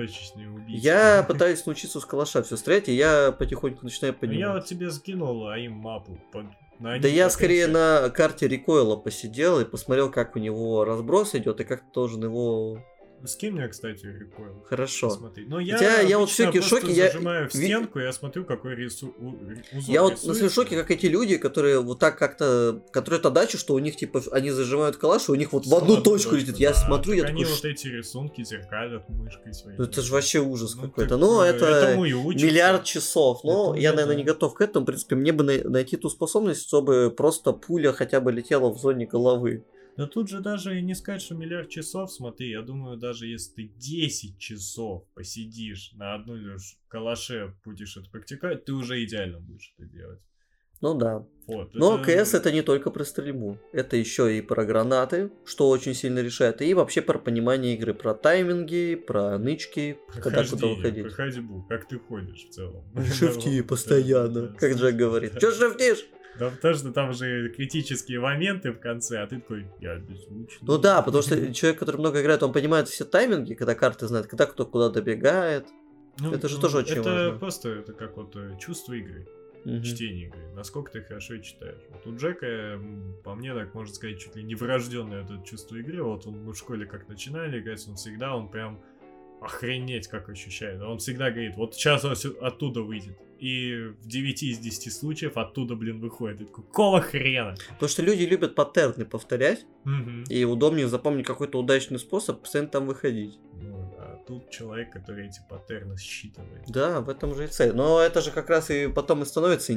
Я пытаюсь научиться с калаша все стрелять, и я потихоньку начинаю понимать. Я вот тебе скинул аим-мапу. Да я скорее на карте рекойла посидел и посмотрел, как у него разброс идет и как ты должен его... Скинь мне, кстати, рекойл. Хорошо. Посмотри. Но я вот все-таки в шоке. Я зажимаю в стенку, я смотрю, какой узор я вот в шоке, как эти люди, которые вот так как-то... Которые это дача, что у них, типа, они зажимают калаш, и у них вот в одну точку летит. Я смотрю, я такой... Они вот эти рисунки зеркалят мышкой своей. Это же вообще ужас какой-то. Ну, это миллиард часов. Но я, наверное, не готов к этому. В принципе, мне бы найти ту способность, чтобы просто пуля хотя бы летела в зоне головы. Да тут же даже не сказать, что миллиард часов, смотри, я думаю, даже если ты 10 часов посидишь на одной лишь калаше, будешь это практиковать, ты уже идеально будешь это делать. Ну да. Вот, но КС это не только про стрельбу. Это еще и про гранаты, что очень сильно решает. И вообще про понимание игры. Про тайминги, про нычки, когда куда выходить. Про ходьбу, как ты ходишь в целом. Шифти постоянно, как Джек говорит. Че шифтишь? Да потому что там же критические моменты в конце, а ты такой, я беззвучный. Ну да, потому что человек, который много играет, он понимает все тайминги, когда карты знает, когда кто куда добегает. Ну, это же тоже очень важно. Это просто это как вот чувство игры, чтение игры, насколько ты хорошо читаешь. Вот у Джека, по мне, так можно сказать, чуть ли не врожденное это чувство игры. Вот мы в школе как начинали играть, он прям охренеть как ощущает. Он всегда говорит, вот сейчас он оттуда выйдет. И в 9 из 10 случаев оттуда, выходит. И такой, какого хрена? Потому что люди любят паттерны повторять, и удобнее запомнить какой-то удачный способ, постоянно там выходить. Ну, а тут человек, который эти паттерны считывает. Да, в этом же и цель. Но это же как раз и потом и становится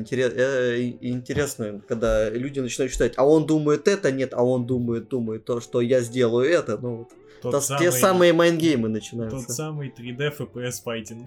интересно, когда люди начинают считать, а он думает это, нет, а он думает то, что я сделаю это. Ну, те самые майнгеймы начинаются. Тот самый 3D FPS файтинг.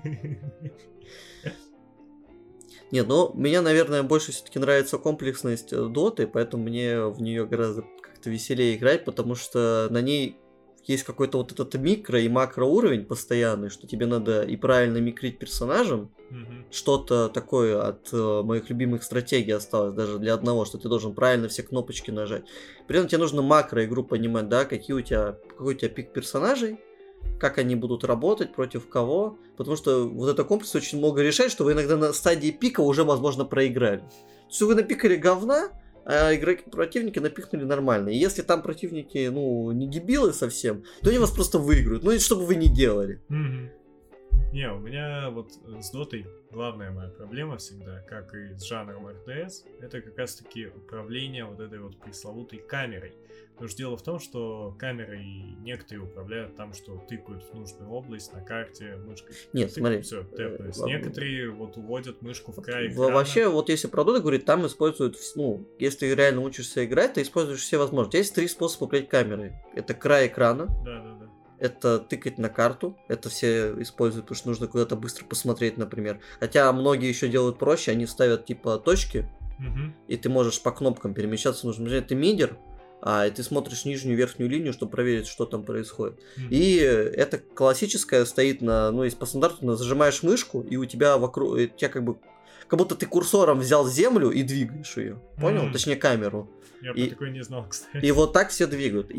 Нет, ну, меня, наверное, больше все-таки нравится комплексность доты, поэтому мне в нее гораздо как-то веселее играть, потому что на ней есть какой-то вот этот микро и макро уровень постоянный, что тебе надо и правильно микрить персонажем. Что-то такое от моих любимых стратегий осталось даже для одного, что ты должен правильно все кнопочки нажать. При этом тебе нужно макро игру понимать, да, какой у тебя пик персонажей, как они будут работать, против кого. Потому что вот этот комплекс очень много решает, что вы иногда на стадии пика уже, возможно, проиграли. То есть вы напикали говна, а противники напихнули нормально. И если там противники, ну, не дебилы совсем, то они вас просто выиграют. Ну, и что бы вы ни делали. Не, у меня вот с Дотой главная моя проблема всегда, как и с жанром РТС, это как раз-таки управление вот этой вот пресловутой камерой. Потому что дело в том, что камерой некоторые управляют там, что тыкают в нужную область на карте мышкой. Нет, смотри. Все, тэпают. Некоторые вот уводят мышку в край экрана. Вообще, вот если про Доту говорить, там используют, ну, если ты реально учишься играть, ты используешь все возможности. Есть 3 способа управлять камерой. Это край экрана. Да. Это тыкать на карту. Это все используют, потому что нужно куда-то быстро посмотреть, например. Хотя многие еще делают проще. Они ставят типа точки, и ты можешь по кнопкам перемещаться. Нужно, например, ты мидер, и ты смотришь нижнюю и верхнюю линию, чтобы проверить, что там происходит. И это классическое стоит на, ну, если по стандарту, зажимаешь мышку, и у тебя вокруг, у тебя как будто ты курсором взял землю и двигаешь ее. Понял? Точнее, камеру. Я про такое не знал, кстати. И вот так все двигают.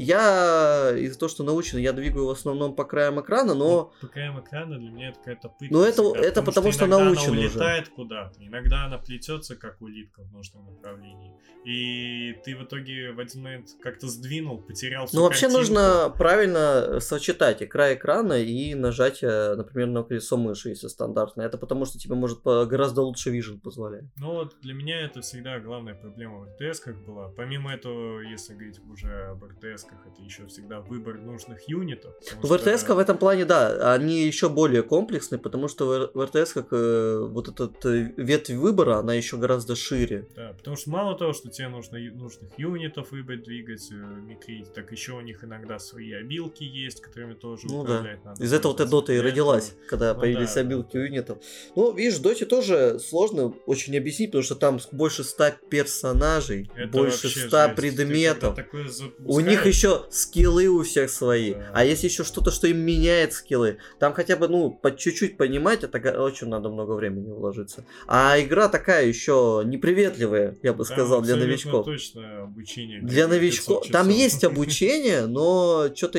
Я из-за того, что научен, я двигаю в основном по краям экрана, но... По краям экрана для меня это какая-то пытка. Ну, это потому что научен она уже. улетает куда-то, иногда она плетется, как улитка в нужном направлении. И ты в итоге в один момент как-то сдвинул, потерял всю вообще картинку. нужно правильно сочетать и край экрана, и нажатие, например, на колесо мыши, если стандартно. Это потому что тебе может гораздо лучше вижен позволяет. Ну вот для меня это всегда главная проблема в РТС-ках была. Помимо этого, если говорить уже об РТС-ках, это еще всегда выбор нужных юнитов. В РТС-ках в этом плане, да, они еще более комплексны, потому что в РТС-ках вот этот ветвь выбора, она еще гораздо шире. Да, потому что мало того, что тебе нужно нужных юнитов выбрать, двигать, микрить, так еще у них иногда свои обилки есть, которыми тоже управлять надо. Из этого Дота и родилась, когда появились обилки у юнитов. Ну, видишь, в Доте тоже сложно очень объяснить, потому что там больше 100 персонажей, это больше 100 предметов. У них еще скиллы у всех свои. Да. А если еще что-то, что им меняет скиллы, там хотя бы, ну, по чуть-чуть понимать, это очень надо много времени вложиться. А игра такая еще неприветливая, я бы сказал, для новичков. Точно обучение. Для новичков. Там есть обучение, но что-то...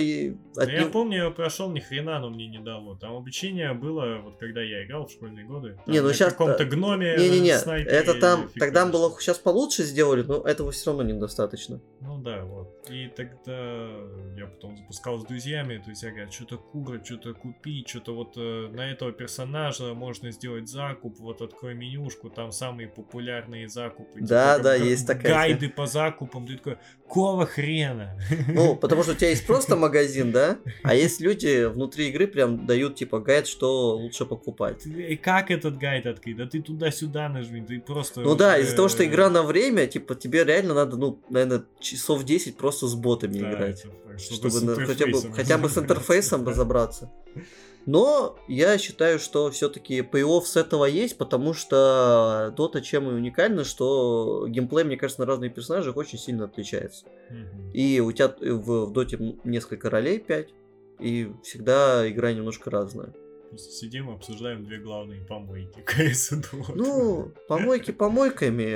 Я помню, я прошел ни хрена, но мне не дало. Там обучение было, вот когда я играл в школьные годы. Не, ну сейчас... В каком-то гноме. Не, это там... Тогда было сейчас получше сделали, но этого все равно недостаточно. Ну да, вот. И тогда я потом запускал с друзьями, друзья говорят, что-то кура, что-то купить, что-то вот на этого персонажа можно сделать закуп, вот открой менюшку, там самые популярные закупы. Да, типа, да, есть такая. Гайды по закупам, ты такой, какого хрена? Ну, потому что у тебя есть просто магазин, да? А есть люди внутри игры прям дают типа гайд, что лучше покупать. И как этот гайд открыть? Да ты туда-сюда нажми, ты просто... Ну да, из-за того, что игра на время, типа тебе реально надо, ну, наверное, часов 10 просто с ботами играть. Чтобы хотя бы с интерфейсом разобраться. Но я считаю, что все-таки payoff с этого есть, потому что Dota чем и уникальна, что геймплей, мне кажется, на разных персонажах очень сильно отличается. И у тебя в Dota несколько ролей, 5, и всегда игра немножко разная. Сидим, обсуждаем две главные помойки КС и Dota. Ну, помойки помойками,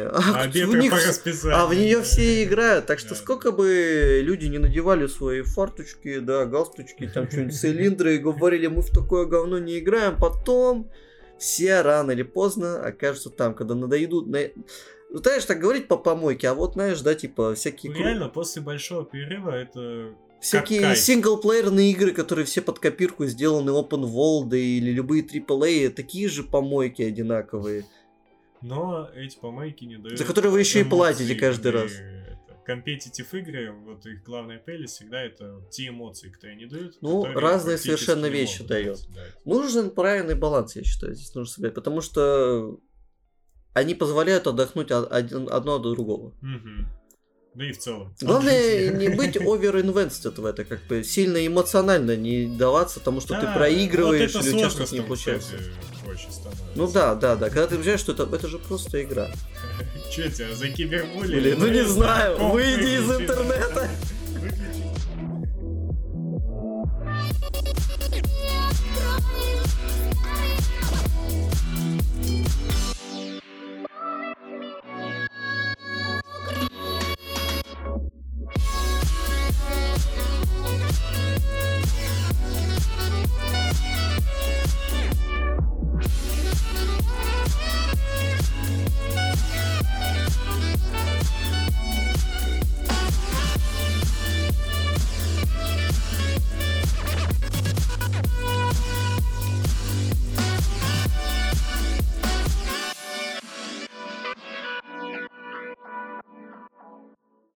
а в нее все играют. Так что сколько бы люди не надевали свои фарточки, да, галстучки, там что-нибудь цилиндры и говорили, мы в такое говно не играем, потом все рано или поздно окажутся там, когда надоедут. Ну, знаешь, так говорить по помойке, а вот, знаешь, да, типа всякие... Ну, реально, после большого перерыва это... Всякие синглплеерные игры, которые все под копирку сделаны, open world или любые AAA, такие же помойки одинаковые. Но эти помойки не дают... За которые вы еще и платите каждый раз. Компетитив игры, вот их главная прелесть всегда это те эмоции, которые они дают. Ну, разные совершенно вещи дают. Нужен правильный баланс, я считаю, здесь нужно соблюдать, потому что они позволяют отдохнуть одно от другого. Да и в целом. Главное не быть over-invested в это, как бы сильно эмоционально не даваться тому, что ты проигрываешь вот или у тебя что-то не получается. Ну да, когда ты понимаешь, что это же просто игра. Че тебя, за кибербуллинг? Ну не знаю, выйди из интернета.